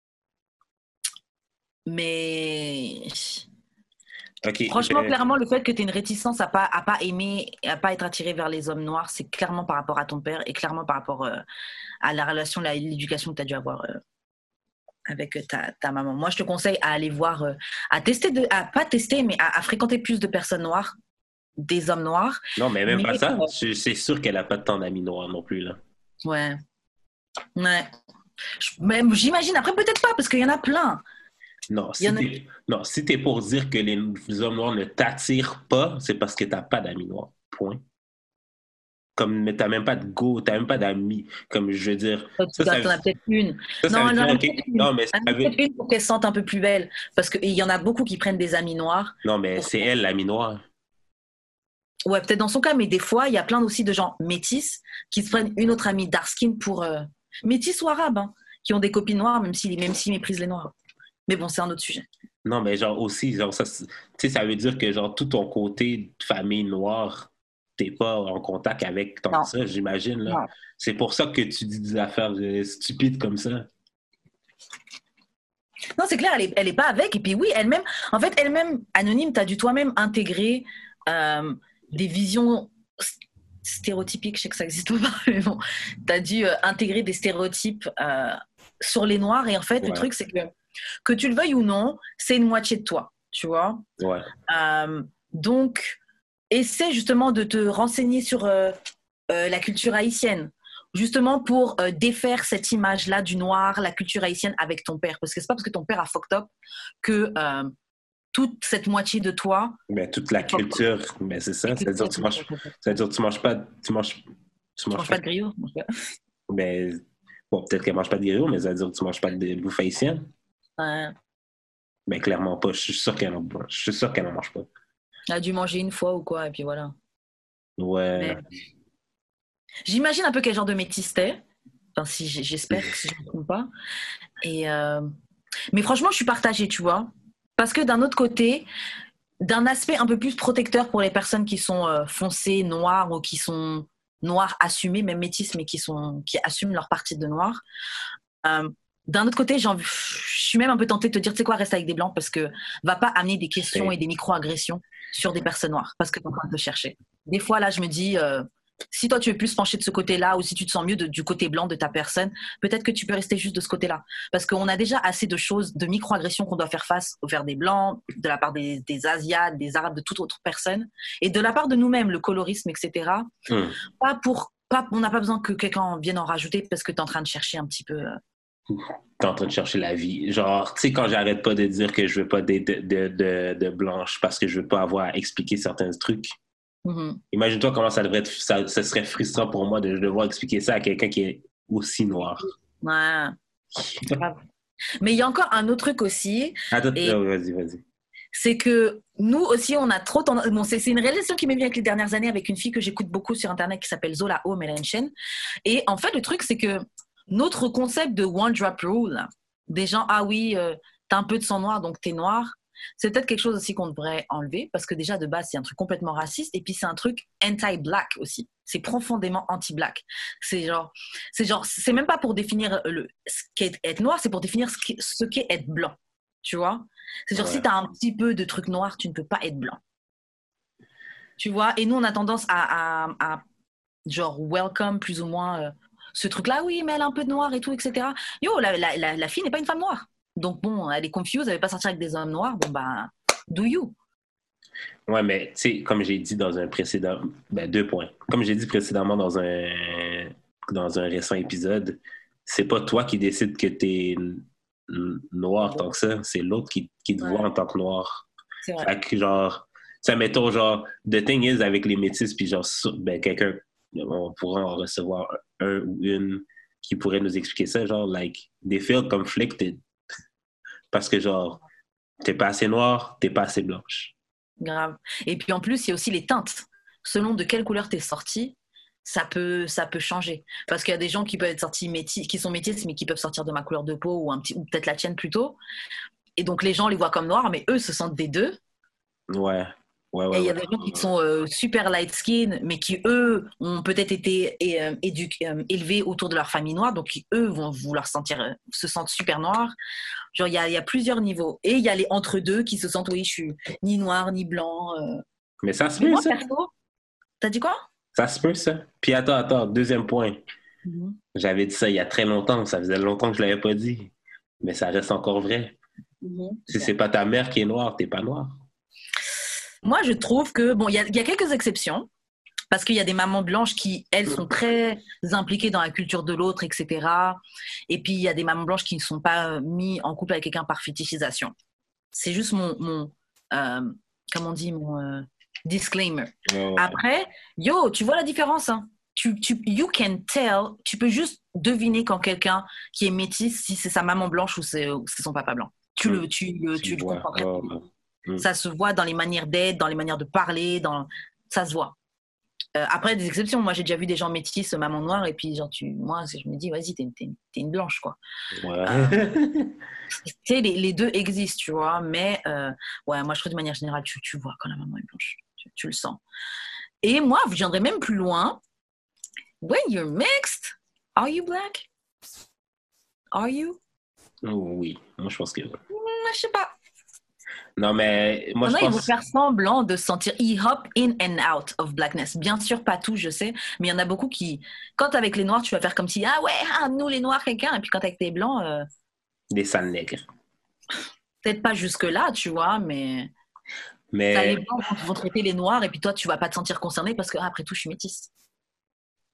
mais... Okay, Franchement, ben... clairement, le fait que tu aies une réticence à pas, à pas aimer, à pas être attiré vers les hommes noirs, c'est clairement par rapport à ton père et clairement par rapport euh, à la relation, la, l'éducation que tu as dû avoir euh, avec ta, ta maman. Moi, je te conseille à aller voir, euh, à tester, de, à pas tester, mais à, à fréquenter plus de personnes noires, des hommes noirs. Non, mais même mais pas ça. Euh, c'est sûr qu'elle n'a pas tant d'amis noirs non plus, là. Ouais. Ouais. Je, même, j'imagine. Après, peut-être pas, parce qu'il y en a plein. Non, si t'es, non, si t'es pour dire que les, les hommes noirs ne t'attirent pas, c'est parce que t'as pas d'amis noirs. Point. Comme, mais t'as même pas de go, t'as même pas d'amis. Comme je veux dire. Ça, ça, ça, t'en as peut-être une. Ça, ça non, veut non, dire, okay. une. non, mais ça veut... peut-être une pour qu'elle se sente un peu plus belle. Parce qu'il y en a beaucoup qui prennent des amis noirs. Non, mais pour... c'est elle, l'ami noire. Ouais, peut-être dans son cas, mais des fois, il y a plein aussi de gens métis qui se prennent une autre amie dark skin pour. Euh... métis ou arabes, hein, qui ont des copines noires, même s'ils, même s'ils méprisent les noirs. Mais bon, c'est un autre sujet. Non, mais genre aussi, genre, ça, tu sais, ça veut dire que genre tout ton côté de famille noire, t'es pas en contact avec tant que ça, j'imagine. Là. Non. C'est pour ça que tu dis des affaires euh, stupides comme ça. Non, c'est clair, elle est, elle est pas avec. Et puis oui, elle-même, en fait, elle-même, anonyme, t'as dû toi-même intégrer euh, des visions stéréotypiques, je sais que ça existe pas, mais bon, t'as dû euh, intégrer des stéréotypes euh, sur les noirs. Et en fait, ouais. le truc, c'est que que tu le veuilles ou non, c'est une moitié de toi, tu vois. Ouais. Euh, donc, essaie justement de te renseigner sur euh, euh, la culture haïtienne. Justement pour euh, défaire cette image-là du noir, la culture haïtienne avec ton père. Parce que c'est pas parce que ton père a fucked up que euh, toute cette moitié de toi... Ben, toute la culture, ben, c'est ça. C'est-à-dire que tu manges, c'est-à-dire que tu manges pas... Tu manges, tu tu manges manges pas, pas de griot. Ben, bon, peut-être qu'elle mange pas de griot, mais ça veut dire que tu manges pas de bouffe haïtienne. Ouais. Ben, clairement pas. Je suis sûr qu'elle en, je suis sûr qu'elle en mange pas. Elle a dû manger une fois ou quoi, et puis voilà. Ouais. Mais... J'imagine un peu quel genre de métis t'es. Enfin, si, j'espère que si je ne me trompe pas. Et euh... Mais franchement, je suis partagée, tu vois. Parce que d'un autre côté, d'un aspect un peu plus protecteur pour les personnes qui sont euh, foncées, noires, ou qui sont noires assumées, même métisses, mais qui, sont... qui assument leur partie de noir. Euh... D'un autre côté, j'en... je suis même un peu tentée de te dire, tu sais quoi, reste avec des blancs, parce que va pas amener des questions et des micro-agressions sur des personnes noires, parce que t'es en train de te chercher. Des fois, là, je me dis... Euh... Si toi, tu veux plus pencher de ce côté-là ou si tu te sens mieux de, du côté blanc de ta personne, peut-être que tu peux rester juste de ce côté-là. Parce qu'on a déjà assez de choses, de micro-agressions qu'on doit faire face au vers des blancs, de la part des, des Asiates, des Arabes, de toute autre personne. Et de la part de nous-mêmes, le colorisme, et cetera. Mm. Pas pour, pas, on n'a pas besoin que quelqu'un vienne en rajouter parce que tu es en train de chercher un petit peu... Euh... Tu es en train de chercher la vie. Genre, tu sais, quand j'arrête pas de dire que je veux pas de, de, de, de, de blanche parce que je veux pas avoir à expliquer certains trucs. Mm-hmm. Imagine-toi comment ça devrait être, ça, ça serait frustrant pour moi de devoir expliquer ça à quelqu'un qui est aussi noir. Ouais. Mais il y a encore un autre truc aussi. Attends, et oh, vas-y, vas-y. C'est que nous aussi, on a trop tendance... Bon, c'est, c'est une réalisation qui m'est venue avec les dernières années avec une fille que j'écoute beaucoup sur Internet qui s'appelle Zola Home, elle a une chaîne. Et en fait, le truc, c'est que notre concept de one drop rule, des gens, ah oui, euh, t'as un peu de sang noir, donc t'es noir. C'est peut-être quelque chose aussi qu'on devrait enlever parce que déjà de base c'est un truc complètement raciste et puis c'est un truc anti-black aussi. C'est profondément anti-black. C'est genre, c'est genre, c'est même pas pour définir le ce qu'est être noir, c'est pour définir ce qu'est, ce qu'est être blanc. Tu vois ? C'est genre ouais. Si t'as un petit peu de truc noir, tu ne peux pas être blanc. Tu vois ? Et nous on a tendance à, à, à genre welcome plus ou moins euh, ce truc-là. Oui, mais elle a un peu de noir et tout, et cetera. Yo, la, la, la, la fille n'est pas une femme noire. Donc bon, elle est confuse, elle veut pas sortir avec des hommes noirs, bon ben, do you? Ouais, mais tu sais, comme j'ai dit dans un précédent, ben deux points. Comme j'ai dit précédemment dans un dans un récent épisode, c'est pas toi qui décides que t'es noir tant que ça, c'est l'autre qui, qui te ouais. voit en tant que noir. C'est vrai. Fait que genre, ça mettons genre, the thing is avec les métis, puis genre, ben quelqu'un, on pourra en recevoir un ou une qui pourrait nous expliquer ça, genre, like, they feel conflicted. Parce que, genre, t'es pas assez noire, t'es pas assez blanche. Grave. Et puis en plus, il y a aussi les teintes. Selon de quelle couleur t'es sortie, ça peut, ça peut changer. Parce qu'il y a des gens qui peuvent être sortis métis, qui sont métis, mais qui peuvent sortir de ma couleur de peau ou, un petit, ou peut-être la tienne plutôt. Et donc les gens les voient comme noirs, mais eux se sentent des deux. Ouais. Ouais, ouais, et il y a ouais. des gens qui sont euh, super light skin, mais qui, eux, ont peut-être été euh, éduqués, euh, élevés autour de leur famille noire, donc qui, eux, vont vouloir sentir, euh, se sentent super noirs. Genre, il y a, y a plusieurs niveaux. Et il y a les entre-deux qui se sentent, oui, je suis ni noir, ni blanc. Euh... Mais ça se peut, ça. Perso, t'as dit quoi? Ça se peut, ça. Puis attends, attends, deuxième point. Mm-hmm. J'avais dit ça il y a très longtemps, ça faisait longtemps que je l'avais pas dit. Mais ça reste encore vrai. Mm-hmm. Si c'est pas ta mère qui est noire, t'es pas noire. Moi, je trouve que, bon, il y a, y a quelques exceptions, parce qu'il y a des mamans blanches qui, elles, sont très impliquées dans la culture de l'autre, et cetera. Et puis, il y a des mamans blanches qui ne sont pas mis en couple avec quelqu'un par fétichisation. C'est juste mon, mon euh, comment on dit, mon euh, disclaimer. Oh. Après, yo, tu vois la différence, hein? Tu, tu, you can tell, tu peux juste deviner quand quelqu'un qui est métis, si c'est sa maman blanche ou c'est, ou c'est son papa blanc. Tu mmh. le, tu, le, tu, tu le comprends très bien. Oh. Mm. Ça se voit dans les manières d'être, dans les manières de parler, dans... ça se voit. Euh, après, des exceptions. Moi, j'ai déjà vu des gens métis, maman noire, et puis genre, tu... moi, je me dis, vas-y, t'es, t'es, t'es une blanche, quoi. Ouais. Euh, tu sais, les, les deux existent, tu vois, mais euh, ouais, moi, je trouve de manière générale, tu, tu vois quand la maman est blanche, tu, tu le sens. Et moi, je viendrais même plus loin. When you're mixed, are you black? Are you? Oh, oui, moi, je pense que oui. Je sais pas. Non, mais moi, non, je pense... pense... Ils vont faire semblant de sentir... Ils hop in and out of blackness. Bien sûr, pas tout, je sais. Mais il y en a beaucoup qui... Quand avec les noirs, tu vas faire comme si... Ah ouais, ah, nous, les noirs, quelqu'un. Et puis quand avec les blancs... Euh... Des sales nègres. Peut-être pas jusque-là, tu vois, mais... mais... T'as les blancs qui vont traiter les noirs et puis toi, tu vas pas te sentir concerné parce que, ah, après tout, je suis métisse.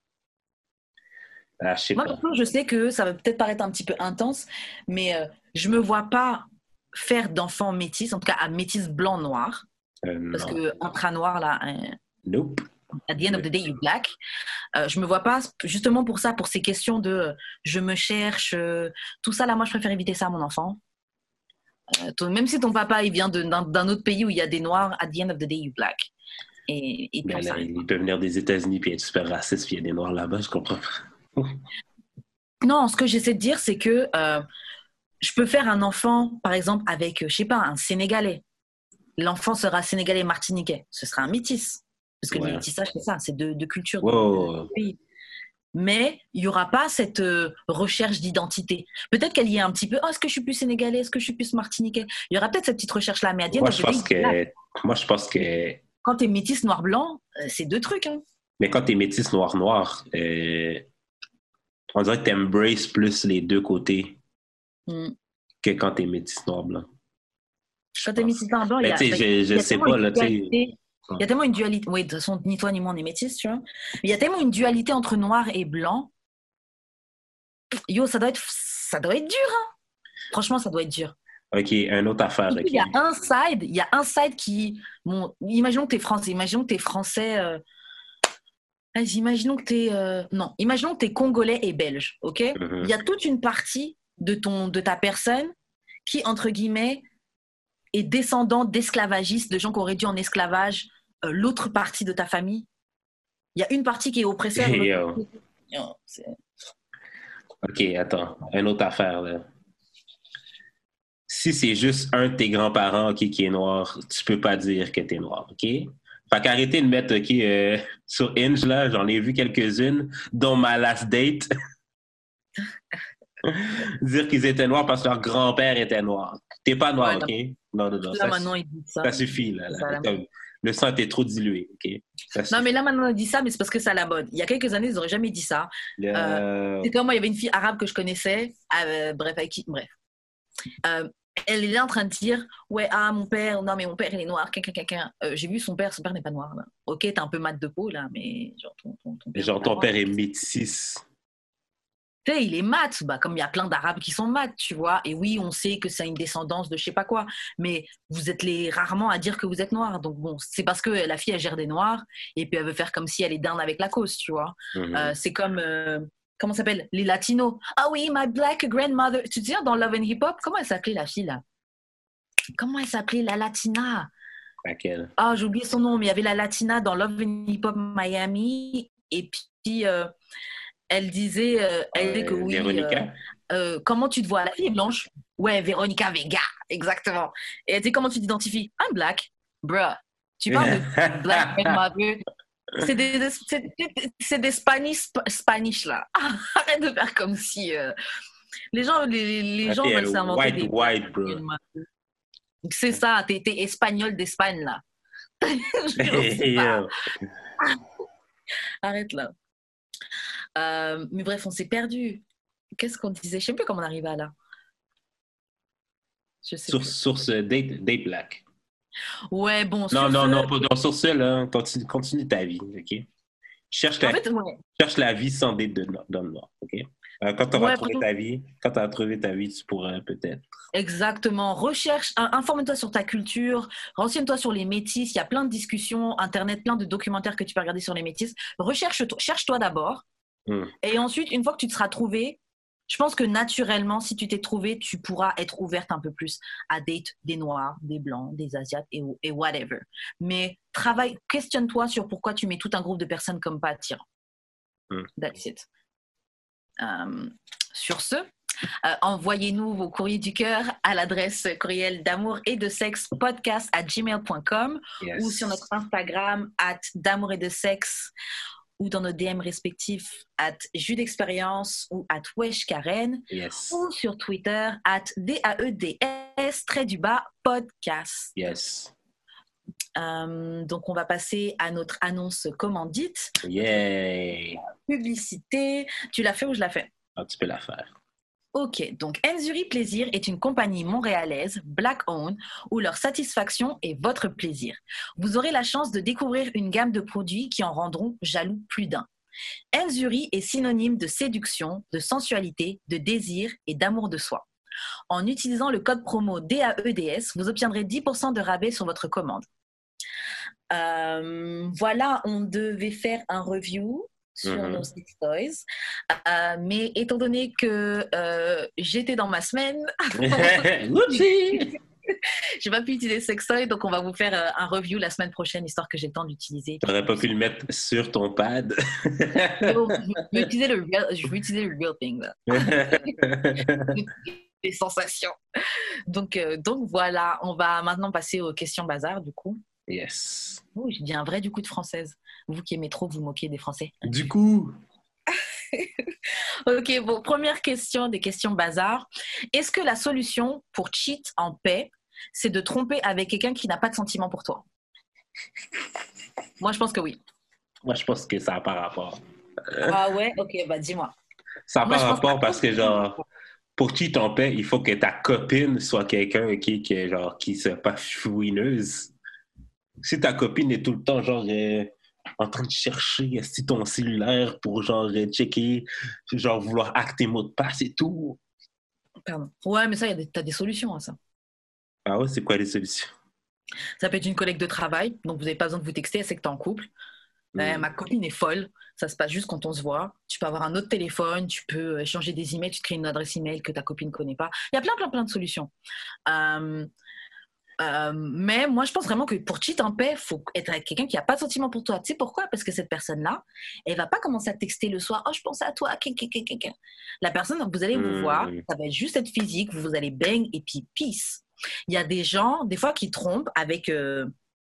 Ah, je sais Moi, pas. perso, je sais que ça va peut-être paraître un petit peu intense, mais euh, je me vois pas faire d'enfants métis, en tout cas à métis blanc-noir, Euh, parce non. que intra noir là, euh, Nope. at the end of the day, you black. Euh, je me vois pas justement pour ça, pour ces questions de euh, je me cherche, euh, tout ça là. Moi, je préfère éviter ça à mon enfant. Euh, ton- même si ton papa il vient de- d'un d'un autre pays où il y a des noirs, at the end of the day, you black. Et, et puis on Ben là, s'arrête. il peut venir des États-Unis puis être super raciste puis il y a des Noirs là-bas, je comprends pas. Non, ce que j'essaie de dire, c'est que euh, je peux faire un enfant, par exemple, avec, euh, je sais pas, un Sénégalais. L'enfant sera sénégalais martiniquais. Ce sera un métis. Parce que le Ouais. métissage, c'est ça, c'est deux de cultures, de, de, de Wow. pays. Mais il n'y aura pas cette euh, recherche d'identité. Peut-être qu'elle y est un petit peu, oh, est-ce que je suis plus sénégalais, est-ce que je suis plus martiniquais? Il y aura peut-être cette petite recherche-là, mais à the end Moi, of je the day, pense que. Moi, je pense que. quand tu es métis noir-blanc, euh, c'est deux trucs. Hein. Mais quand t'es métis noir-noir, euh, on dirait que t'embraces plus les deux côtés Mm. que quand t'es métis noir-blanc. Je Quand tu es pense. métis noir-blanc, il y Mais a, tu sais, ben, je, il je y a sais tellement pas, une là, tu sais. dualité. Il y a tellement une dualité. Oui, de toute façon, ni toi ni moi on est métis, tu vois. Mais il y a tellement une dualité entre noir et blanc. Yo, ça doit être, ça doit être dur. Hein. Franchement, ça doit être dur. OK, une autre affaire, Surtout, OK. il y a un side, il y a un side qui. Bon, imaginons que tu es français, imaginons que tu es français. Euh, vas-y, imaginons que tu es. Euh, non, imaginons que tu es congolais et belge, ok? Il y Mhm. a toute une partie de, ton, de ta personne qui, entre guillemets, est descendant d'esclavagistes, de gens qui ont réduit en esclavage euh, l'autre partie de ta famille. Il y a une partie qui est oppresseur, l'autre Yo. partie. Non, c'est- OK, attends. Une autre affaire, là. Si c'est juste un de tes grands-parents, OK, qui est noir, tu peux pas dire que t'es noir, OK? Fait qu'arrêtez de mettre, OK, euh, sur Hinge, là, j'en ai vu quelques-unes, dont ma last date. Dire qu'ils étaient noirs parce que leur grand-père était noir. T'es pas noir, Ouais, là, OK? Non, non, non, là, ça, maintenant, il dit ça ça. suffit, là. C'est là. ça, la mode. Le sang était trop dilué, OK? Ça Non, mais suffit. là, maintenant, il dit ça, mais c'est parce que c'est à la mode. Il y a quelques années, ils n'auraient jamais dit ça. Euh, Le... c'est comme moi, il y avait une fille arabe que je connaissais, euh, bref, avec qui, bref. Euh, elle est là en train de dire, ouais, ah, mon père, non, mais mon père, il est noir, quelqu'un, quelqu'un. Euh, j'ai vu son père, son père n'est pas noir, là. Ok, t'es un peu mat de peau, là, mais genre, ton, ton, ton père n'est Genre, pas ton noir. père est métis. Tu sais, il est mat, bah, comme il y a plein d'Arabes qui sont mat, tu vois. Et oui, on sait que c'est une descendance de je sais pas quoi, mais vous êtes les rarement à dire que vous êtes noir. Donc bon, c'est parce que la fille, elle gère des noirs, et puis elle veut faire comme si elle est down avec la cause, tu vois. Mhm. Euh, c'est comme, euh, comment ça s'appelle? Les latinos. Ah oui, my black grandmother. Tu te souviens dans Love and Hip Hop, comment elle s'appelait la fille, là? Comment elle s'appelait, la latina? Laquelle? Ah, j'ai oublié son nom, mais il y avait la latina dans Love and Hip Hop Miami, et puis... euh, elle disait, euh, elle disait que Euh, oui, Véronica? euh, euh, comment tu te vois? La fille est blanche. Ouais, Véronica Vega, exactement. Et elle dit, comment tu t'identifies? I'm black. Bruh, tu parles de black grandmother. C'est des, des- c'est, des- c'est des Spanish, Spanish là. Arrête de faire comme si euh, les gens, les, les Ah, gens t'es veulent s'inventer white, des white, bro. C'est ça, t'es, t'es espagnol d'Espagne là. Je sais pas. Yo. Arrête là. Euh, mais bref, on s'est perdu. Qu'est-ce qu'on disait? Je sais plus comment on arrivait à là. Je sais Sur, plus. sur ce, date, date black. Ouais, bon, Non, sur non, ce... non, pas non, sur ce, là, continue, continue ta vie, OK? Cherche, ta, En fait, ouais. cherche la vie sans date de no- d'homme noir, OK? Euh, quand tu auras Ouais, trouvé franchement, ta vie, quand tu auras trouvé ta vie, tu pourras peut-être. exactement. Recherche, in- informe-toi sur ta culture, renseigne-toi sur les métis. Il y a plein de discussions, Internet, plein de documentaires que tu peux regarder sur les métis. Recherche, cherche-toi d'abord. Hmm. Et ensuite, une fois que tu te seras trouvé, je pense que naturellement, si tu t'es trouvé, tu pourras être ouverte un peu plus à date des Noirs, des Blancs, des Asiates et, et whatever. Mais travaille, questionne-toi sur pourquoi tu mets tout un groupe de personnes comme pas attirant. Hmm. That's it. Euh, sur ce, euh, envoyez-nous vos courriers du cœur à l'adresse courriel d'amour et de sexe podcast à gmail point com Yes. ou sur notre Instagram at d'amour et de sexe ou dans nos D M respectifs at jus d'expérience ou at wesh karen Yes. ou sur Twitter at D A E D S trait du bas podcast. Yes. Euh, donc on va passer à notre annonce commandite. Yay! Publicité. Tu l'as fait ou je l'ai fait? Ah, tu peux la faire. Ok, donc Enzuri Plaisir est une compagnie montréalaise, black-owned, où leur satisfaction est votre plaisir. Vous aurez la chance de découvrir une gamme de produits qui en rendront jaloux plus d'un. Enzuri est synonyme de séduction, de sensualité, de désir et d'amour de soi. En utilisant le code promo D A E D S, vous obtiendrez dix pour cent de rabais sur votre commande. Euh, voilà, on devait faire un review sur mm-hmm. nos sex toys, euh, mais étant donné que euh, j'étais dans ma semaine, j'ai pas pu utiliser sex toy, donc on va vous faire euh, un review la semaine prochaine, histoire que j'ai le temps d'utiliser. T'aurais pas pu le mettre sur ton pad. Donc, je vais utiliser le real, je vais utiliser le real thing là. Les sensations. Donc, euh, donc voilà, on va maintenant passer aux questions bazar du coup. Yes. Oh, j'ai dit un vrai du coup de française. Vous qui aimez trop vous moquer des Français. Du coup. Ok, bon, première question, des questions bazar. Est-ce que la solution pour cheat en paix, c'est de tromper avec quelqu'un qui n'a pas de sentiments pour toi? Moi, je pense que oui. Moi, je pense que ça n'a pas rapport. Ah ouais? Ok, bah dis-moi. Ça n'a pas rapport parce que genre... Pour cheat en paix, il faut que ta copine soit quelqu'un qui, qui, genre, qui soit pas fouineuse. Si ta copine est tout le temps genre euh, en train de chercher si ton cellulaire pour genre checker, genre vouloir hacker tes mots de passe et tout. Pardon. Ouais, mais ça, tu as des solutions à ça. Ah ouais, c'est quoi les solutions? Ça peut être une collègue de travail, donc vous n'avez pas besoin de vous texter, elle sait que tu es en couple. Mm. Euh, ma copine est folle, ça se passe juste quand on se voit. Tu peux avoir un autre téléphone, tu peux échanger des emails, tu te crées une adresse email que ta copine ne connaît pas. Il y a plein, plein, plein de solutions. Euh, euh, mais moi, je pense vraiment que pour cheat en paix, il faut être avec quelqu'un qui n'a pas de sentiment pour toi. Tu sais pourquoi? Parce que cette personne-là, elle ne va pas commencer à texter le soir. Oh, je pense à toi. La personne, vous allez vous mm. voir, ça va être juste être physique, vous allez bang et puis peace. Il y a des gens, des fois, qui trompent avec... Euh,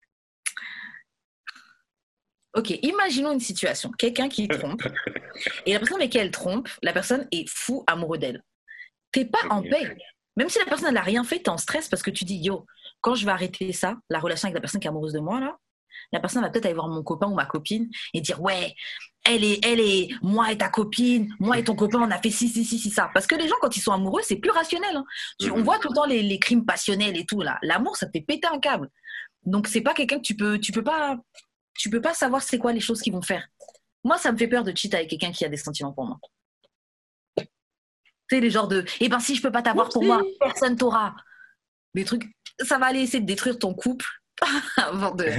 Ok, imaginons une situation, quelqu'un qui trompe, et la personne avec qui elle trompe, la personne est fou amoureux d'elle. T'es pas en paix. Même si la personne n'a rien fait, t'es en stress parce que tu dis, yo, quand je vais arrêter ça, la relation avec la personne qui est amoureuse de moi, là, la personne va peut-être aller voir mon copain ou ma copine et dire, ouais, elle est, elle est, moi et ta copine, moi et ton copain, on a fait ci, ci, ci, ci, ça. Parce que les gens, quand ils sont amoureux, c'est plus rationnel. Hein. Tu, on voit tout le temps les, les crimes passionnels et tout, là. L'amour, ça te fait péter un câble. Donc, c'est pas quelqu'un que tu peux, tu peux pas... Tu peux pas savoir c'est quoi les choses qu'ils vont faire. Moi, ça me fait peur de cheat avec quelqu'un qui a des sentiments pour moi. Tu sais, les genres de « Eh ben, si je peux pas t'avoir pour moi, personne t'aura. » Des trucs, ça va aller essayer de détruire ton couple avant de...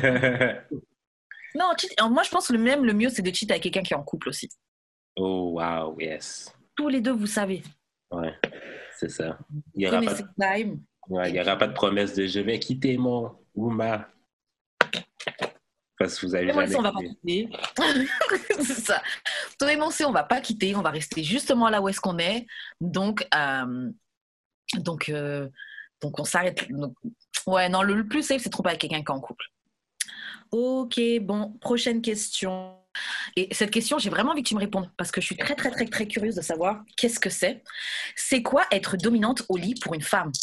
Non, cheat, moi, je pense que le même, le mieux, c'est de cheat avec quelqu'un qui est en couple aussi. Oh, wow, yes. Tous les deux, vous savez. Ouais, c'est ça. Il y aura pas de... time. Ouais, il n'y aura pas de promesse de « Je vais quitter mon ou ma... » Parce que vous avez Toi jamais et moi, on va pas quitter. C'est ça. Toi et moi, on va pas quitter. On va rester justement là où est-ce qu'on est. Donc, euh, donc, euh, donc on s'arrête. Donc, ouais, non, le, le plus safe, c'est de tromper avec quelqu'un qui est en couple. Ok, bon, prochaine question. Et cette question, j'ai vraiment envie que tu me répondes parce que je suis très, très, très, très curieuse de savoir qu'est-ce que c'est. C'est quoi être dominante au lit pour une femme?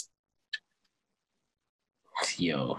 Yo.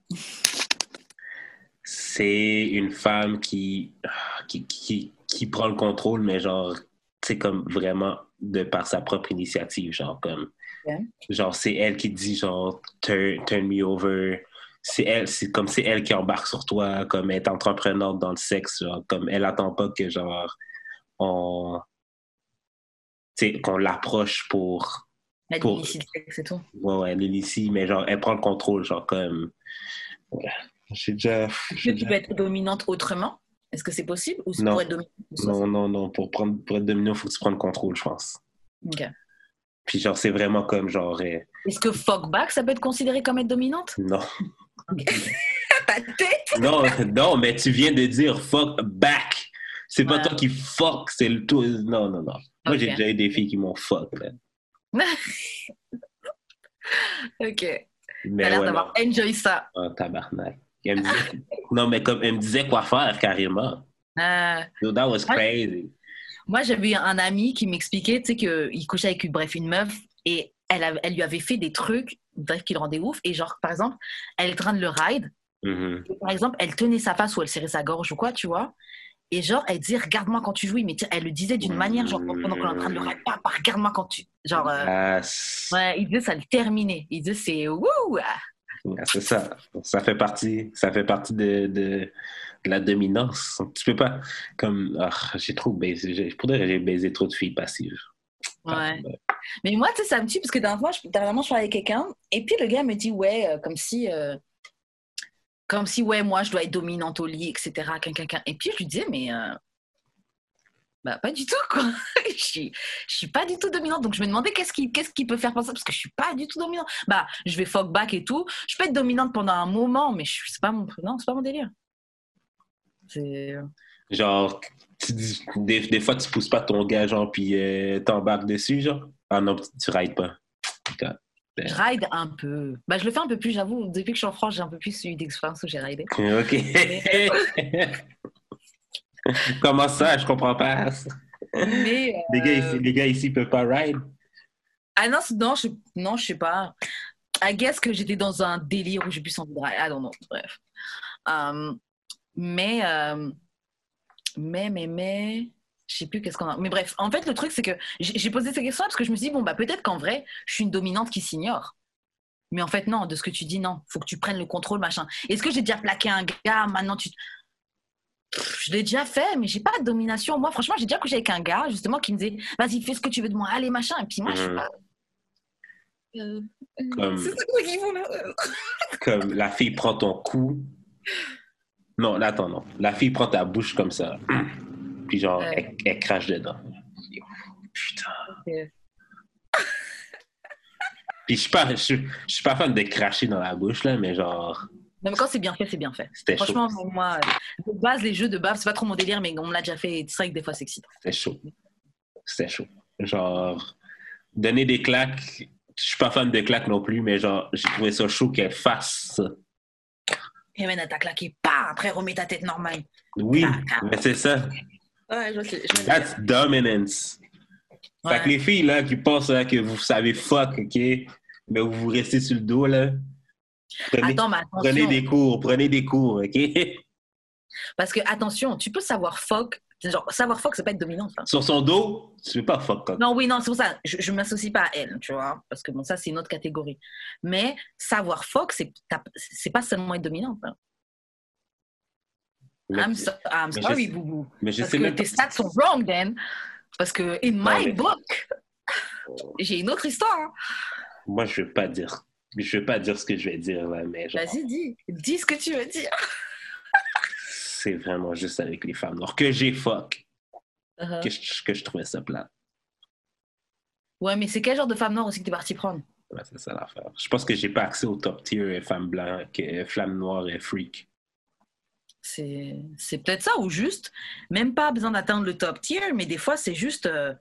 C'est une femme qui, qui, qui, qui prend le contrôle, mais genre, c'est comme vraiment de par sa propre initiative, genre comme, yeah. genre c'est elle qui dit genre turn, turn me over, c'est elle, c'est comme c'est elle qui embarque sur toi, comme elle est entreprenante dans le sexe, genre comme elle attend pas que genre on, tu sais, qu'on l'approche pour, elle pour, initie le sexe et tout. Ouais, ouais, elle initie, mais genre elle prend le contrôle, genre comme. Ouais. J'ai déjà, Est-ce que tu peux être dominante autrement? Est-ce que c'est possible? Ou c'est non. pour être dominante? Non, non, non. Pour, prendre, pour être dominant, il faut que tu prennes le contrôle, je pense. OK. Puis genre, c'est vraiment comme genre... Euh... Est-ce que fuck back, ça peut être considéré comme être dominante? Non. Ta tête? Non, non, mais tu viens de dire fuck back. C'est pas ouais. Toi qui fuck, c'est le tout. Non, non, non. Moi, okay. J'ai déjà eu des filles qui m'ont fuck, là. OK. Mais t'as l'air ouais, d'avoir non. enjoy ça. Oh, tabarnak. Elle me disait... non, mais comme elle me disait quoi faire, carrément. Euh... So that was crazy. Moi, j'avais un ami qui m'expliquait, tu sais, qu'il couchait avec une, bref, une meuf et elle, avait, elle lui avait fait des trucs, bref, qui le rendaient ouf. Et genre, par exemple, elle est en train de le ride. Mm-hmm. Et par exemple, elle tenait sa face ou elle serrait sa gorge ou quoi, tu vois. Et genre, elle disait, regarde-moi quand tu jouis. Mais elle le disait d'une manière, genre, pendant qu'on est en train de le ride, papa, regarde-moi quand tu... Genre, euh... yes. ouais, il disait, ça le terminait. Il disait, c'est wouh. Ouais, c'est ça. Ça fait partie, ça fait partie de, de, de la dominance. Tu peux pas, comme, ah, j'ai trop baisé, j'ai, pour dire, j'ai baisé trop de filles passives. Ouais. Mais moi, tu sais, ça me tue parce que dernièrement, je, dernièrement, je parlais avec quelqu'un et puis le gars me dit, ouais, euh, comme si, euh, comme si, ouais, moi, je dois être dominante au lit, et cetera. Quelqu'un, quelqu'un. Et puis je lui disais, mais euh, bah, pas du tout, quoi. je, suis, je suis pas du tout dominante. Donc je me demandais qu'est-ce qui, qu'est-ce qui peut faire penser parce que je suis pas du tout dominante. Bah, je vais fuck back et tout. Je peux être dominante pendant un moment, mais je suis, c'est pas mon, non, c'est pas mon délire. C'est... Genre, tu dis, des, des fois, tu pousses pas ton gars, genre, puis euh, t'embarques dessus, genre. Ah non, tu rides pas. God. Je ride un peu. Bah, je le fais un peu plus, j'avoue. Depuis que je suis en France, j'ai un peu plus eu d'expérience où j'ai ridé. OK. Mais... Comment ça? Je comprends pas. Mais, euh... les, gars ici, les gars ici peuvent pas ride? Ah non, non, je, non, je sais pas. I guess que j'étais dans un délire où j'ai plus envie de ride. Ah non, non, bref. Um, mais, euh... mais, mais, mais... Je sais plus qu'est-ce qu'on a. Mais bref, en fait, le truc, c'est que j'ai posé cette question parce que je me suis dit, bon, bah, peut-être qu'en vrai, je suis une dominante qui s'ignore. Mais en fait, non, de ce que tu dis, non. Faut que tu prennes le contrôle, machin. Est-ce que j'ai déjà plaqué un gars? Maintenant, tu... Pff, je l'ai déjà fait, mais j'ai pas de domination. Moi, franchement, j'ai déjà couché avec un gars, justement, qui me disait, vas-y, fais ce que tu veux de moi, allez, machin. Et puis moi, mm-hmm. je suis pas... Euh, comme, c'est ça quoi qu'ils font, là. Comme la fille prend ton cou. Non, attends, non. La fille prend ta bouche comme ça. Puis genre, euh... elle, elle crache dedans. Putain. Okay. Puis je suis pas, je, je suis pas fan de cracher dans la bouche, là, mais genre... Non, mais quand c'est bien fait, c'est bien fait. C'était Franchement, chaud. moi, de base, les jeux de bave, c'est pas trop mon délire, mais on me l'a déjà fait. C'est vrai que des fois, c'est excitant. C'était chaud. C'était chaud. Genre, donner des claques, je suis pas fan de claques non plus, mais genre, j'ai trouvé ça chaud qu'elle fasse ça. Et maintenant, t'as claqué, pas, après, remets ta tête normale. Oui, ah, mais c'est ça. Ouais, je sais. Je That's dominance. Ouais. Fait que les filles, là, qui pensent là, que vous savez fuck, OK, mais vous restez sur le dos, là. Prenez, Attends, mais attention. Prenez des cours, prenez des cours, OK? Parce que, attention, tu peux savoir fuck. Genre, savoir fuck, c'est pas être dominante. Hein. Sur son dos, tu veux pas fuck. Quoi. Non, oui, non, c'est pour ça. Je, je m'associe pas à elle, tu vois. Parce que, bon, ça, c'est une autre catégorie. Mais savoir fuck, c'est, c'est pas seulement être dominante. Hein. Mais, I'm, so, I'm sorry, sais, boubou. Mais je Parce sais que même tes stats sont wrong, then. Parce que, in my mais... book, j'ai une autre histoire. Hein. Moi, je veux pas dire. Je veux pas dire ce que je vais dire, là, mais genre... Vas-y, dis. Dis ce que tu veux dire. C'est vraiment juste avec les femmes noires que j'ai fuck. Uh-huh. que, je, que je trouvais ça plat. Ouais, mais c'est quel genre de femme noire aussi que t'es parti prendre? Ouais, c'est ça l'affaire. Je pense que j'ai pas accès au top tier femmes blanches, femmes noires et freak. C'est, c'est peut-être ça, ou juste, même pas besoin d'atteindre le top tier, mais des fois, c'est juste... Euh,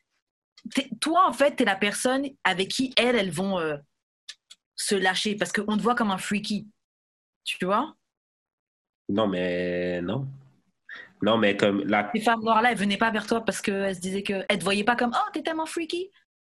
toi, en fait, t'es la personne avec qui, elles, elles vont euh, se lâcher, parce qu'on te voit comme un freaky. Tu vois? Non, mais non. Non, mais comme... La... Les femmes noires-là, elles venaient pas vers toi parce qu'elles se disaient que... Elles te voyaient pas comme « Oh, t'es tellement freaky! »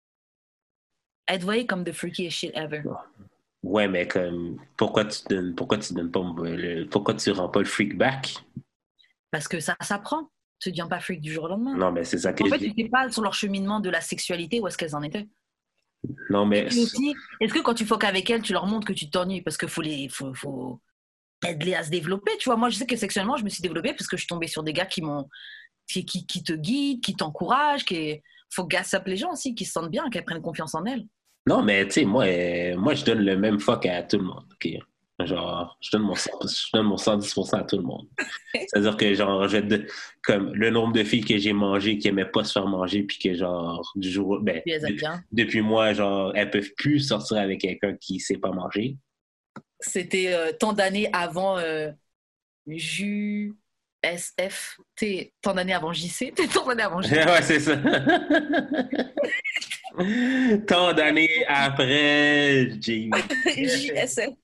Elles te voyaient comme the freakiest shit ever. Non. Ouais, mais comme... Pourquoi tu donnes, pourquoi tu donnes pas... Le, pourquoi tu rends pas le freak back? Parce que ça s'apprend. Tu ne deviens pas freak du jour au lendemain. Non, mais c'est ça que en je fait, dis. tu n'étais pas sur leur cheminement de la sexualité, où est-ce qu'elles en étaient. Non, mais... Et puis aussi, est-ce que quand tu foques avec elles, tu leur montres que tu t'ennuies? Parce qu'il faut les... Faut, faut... aider à se développer, tu vois. Moi, je sais que sexuellement, je me suis développée parce que je suis tombée sur des gars qui m'ont, qui, qui, qui te guident, qui t'encouragent, qui faut gas up les gens aussi, qui se sentent bien, qu'elles prennent confiance en elles. Non, mais tu sais, moi, euh, moi, je donne le même fuck à tout le monde, ok? Genre, je donne mon, je donne mon cent dix pour cent à tout le monde. C'est-à-dire que, genre, je, comme le nombre de filles que j'ai mangées qui n'aimaient pas se faire manger, puis que, genre, du jour, ben, de, depuis moi, genre, elles peuvent plus sortir avec quelqu'un qui ne sait pas manger. C'était euh, tant d'années avant euh, J S F, t'es tant d'années avant J C, t'es tant d'années avant J C. Ouais, c'est ça. Tant d'années après J S F.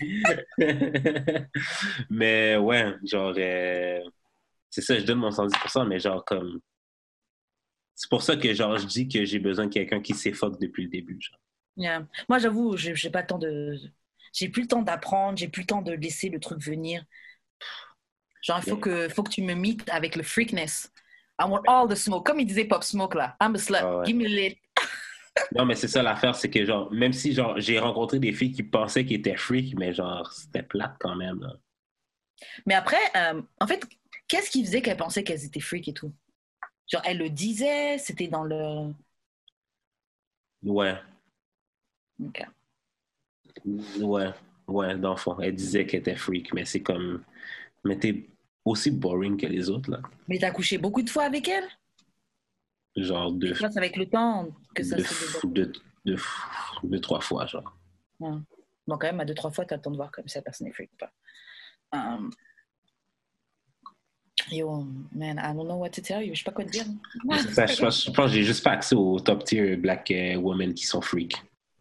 Mais ouais, genre, euh, c'est ça, je donne mon cent dix pour cent, mais genre, comme. C'est pour ça que, genre, je dis que j'ai besoin de quelqu'un qui s'effoque depuis le début. Genre. Yeah. Moi, j'avoue, j'ai, j'ai pas le temps de. J'ai plus le temps d'apprendre, j'ai plus le temps de laisser le truc venir. Genre, il faut, yeah. que, faut que tu me meets avec le freakness. I want all the smoke. Comme il disait Pop Smoke, là. I'm a slut. Oh, ouais. Give me lit. Non, mais c'est ça l'affaire, c'est que genre, même si genre j'ai rencontré des filles qui pensaient qu'ils étaient freak, mais genre, c'était plate quand même, là. Mais après, euh, en fait, qu'est-ce qui faisait qu'elles pensaient qu'elles étaient freaks et tout? Genre, elles le disaient, c'était dans le... Ouais, Ok. ouais, ouais, dans le fond. Elle disait qu'elle était freak, mais c'est comme. Mais t'es aussi boring que les autres, là. Mais t'as couché beaucoup de fois avec elle? Genre Des deux, fois, c'est avec le temps que ça deux, se développe. deux, deux, deux, trois fois, genre. Ouais. Donc, quand même, à deux, trois fois, t'as le temps de voir comme si la personne est freak ou pas. Um, yo, man, I don't know what to tell you. Je sais pas quoi te dire. C'est ça, je pense, je pense que j'ai juste pas accès aux top tier black euh, women qui sont freaks.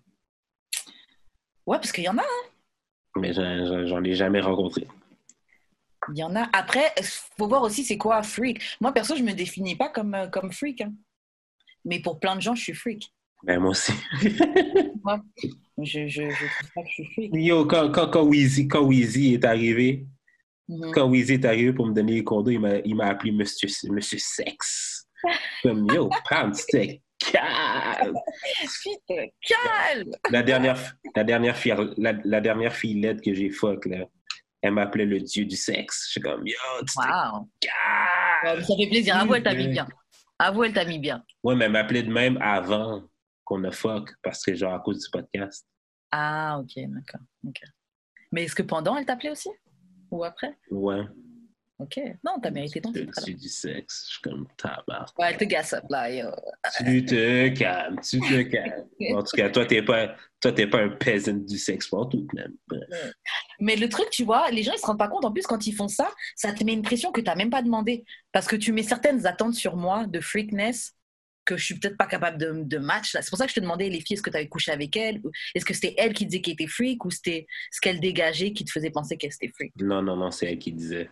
Ouais, parce qu'il y en a, hein. Mais j'en, j'en- j'en ai jamais rencontré. Il y en a. Après, faut voir aussi c'est quoi freak. Moi, perso, je me définis pas comme, euh, comme freak. Hein. Mais pour plein de gens, je suis freak. Ben, moi aussi. Moi, je, je, je trouve pas que je suis freak. Yo, quand, quand, quand, Weezy, quand Weezy est arrivé, Mhm. quand Weezy est arrivé pour me donner les condos, il m'a, il m'a appelé Monsieur, Monsieur Sexe. Comme, yo, Pam, c'était calme. Putain, calme! La dernière, la dernière fille, la, la dernière fille laide que j'ai fuck, là, elle m'appelait le dieu du sexe. Je suis comme, yo, tu t'es Wow. calme. Ouais, ça fait plaisir. Avoue, elle t'a mis bien. Avoue, elle t'a mis bien. Ouais, mais elle m'appelait de même avant qu'on a fuck, parce que, genre, à cause du podcast. Ah, ok, d'accord. Okay. Mais est-ce que pendant, elle t'appelait aussi? Ou après? Ouais. Ok. Non, t'as mérité ton Le titre. dieu du sexe. Je suis comme, tabac. Ouais, elle te gasse up, là, yo. Tu te calmes, tu te calmes. En tout cas, toi, t'es pas, toi, t'es pas un peasant du sexe pour tout, même. Bref. Mais le truc, tu vois, les gens, ils se rendent pas compte. En plus, quand ils font ça, ça te met une pression que t'as même pas demandé. Parce que tu mets certaines attentes sur moi de freakness que je suis peut-être pas capable de, de match. Là. C'est pour ça que je te demandais, les filles, est-ce que tu avais couché avec elles? Est-ce que c'était elle qui disait qu'elle était freak ou c'était ce qu'elle dégageait qui te faisait penser qu'elle était freak? Non, non, non, c'est elle qui disait.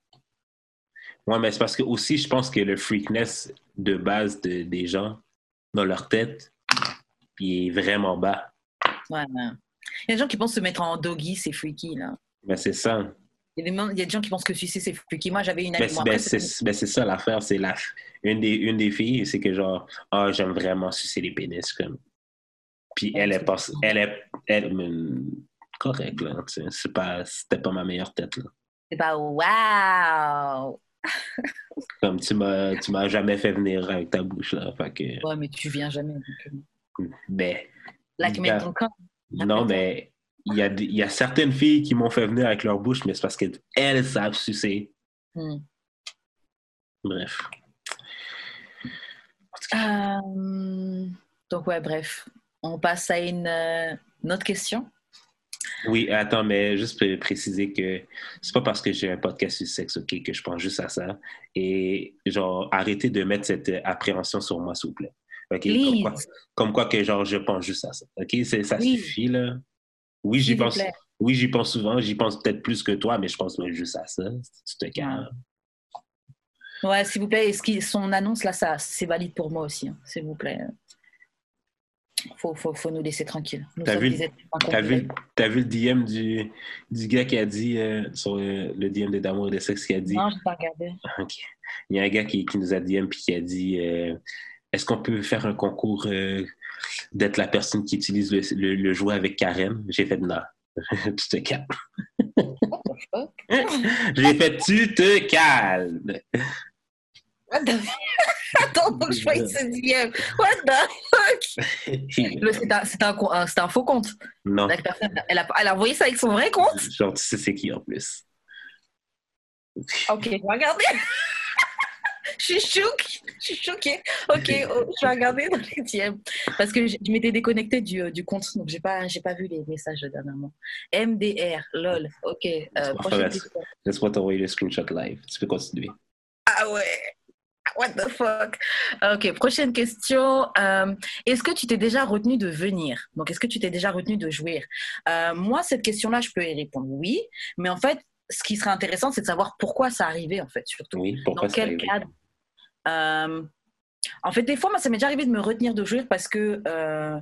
Ouais, mais c'est parce que aussi, je pense que le freakness de base de, des gens, dans leur tête, il est vraiment bas. Ouais, ouais. Il y a des gens qui pensent se mettre en doggy, c'est freaky, là. Mais c'est ça. Il y, a des, il y a des gens qui pensent que sucer, c'est freaky. Moi, j'avais une amie... Mais, Bon, ben, après, c'est, c'est... ben, c'est ça l'affaire. C'est la, une, des, une des filles, c'est que genre, ah, oh, j'aime vraiment sucer les pénis. Comme. Puis elle, elle pense, elle est, elle, elle, correct, là. C'est pas, c'était pas ma meilleure tête, là. C'est pas wow! Comme tu m'as, tu m'as jamais fait venir avec ta bouche, là. Fait que, Ouais, mais tu viens jamais. Donc... ben, Like, mets ton camp. non, mais il y a, il y a certaines filles qui m'ont fait venir avec leur bouche, mais c'est parce qu'elles savent sucer. Hmm. Bref. Euh, donc, ouais, bref. On passe à une, euh, une autre question. Oui, attends, mais juste pour préciser que c'est pas parce que j'ai un podcast sur le sexe, OK, que je pense juste à ça. Et genre, arrêtez de mettre cette appréhension sur moi, s'il vous plaît. OK? Comme quoi, comme quoi que genre, je pense juste à ça. OK? C'est, ça Please. Suffit, là. Oui, j'y pense. Oui, j'y pense souvent. J'y pense peut-être plus que toi, mais je pense juste à ça. Tu te calmes. Ouais, s'il vous plaît. Est-ce qu'il, son annonce, là, ça, c'est valide pour moi aussi. Hein, s'il vous plaît. Faut, faut, faut nous laisser tranquilles. Nous t'as, vu, t'as, vu, t'as vu le D M du, du gars qui a dit, euh, sur euh, le D M de D'amour et de sexe qui a dit... Non, je n'ai pas regardé. OK. Il y a un gars qui, qui nous a D M puis qui a dit euh, est-ce qu'on peut faire un concours euh, d'être la personne qui utilise le, le, le jouet avec Karen? J'ai fait non. Tu te calmes. What the fuck? J'ai fait tu te calmes. What the Attends, donc je voyais ce D M. What the fuck? C'est un, c'est, un, c'est un faux compte. Non. La personne, elle, a, elle a envoyé ça avec son vrai compte? Genre, tu sais c'est qui en plus. Ok, regardez. Je suis choquée. Je suis choquée. Ok, oh, je vais regarder dans les D M. Parce que je, je m'étais déconnectée du, du compte, donc je n'ai pas, j'ai pas vu les messages dernièrement. M D R, lol. Ok. Euh, prochaine question. Laisse-moi t'envoyer le screenshot live. Tu peux continuer. Ah ouais. What the fuck? Ok, prochaine question. Euh, est-ce que tu t'es déjà retenu de venir? Donc, est-ce que tu t'es déjà retenu de jouir? euh, Moi, cette question-là, je peux y répondre oui. Mais en fait, ce qui serait intéressant, c'est de savoir pourquoi ça arrivait, en fait, surtout. Oui, pourquoi dans quel cadre. Euh, en fait, des fois, moi, ça m'est déjà arrivé de me retenir de jouir parce que il euh,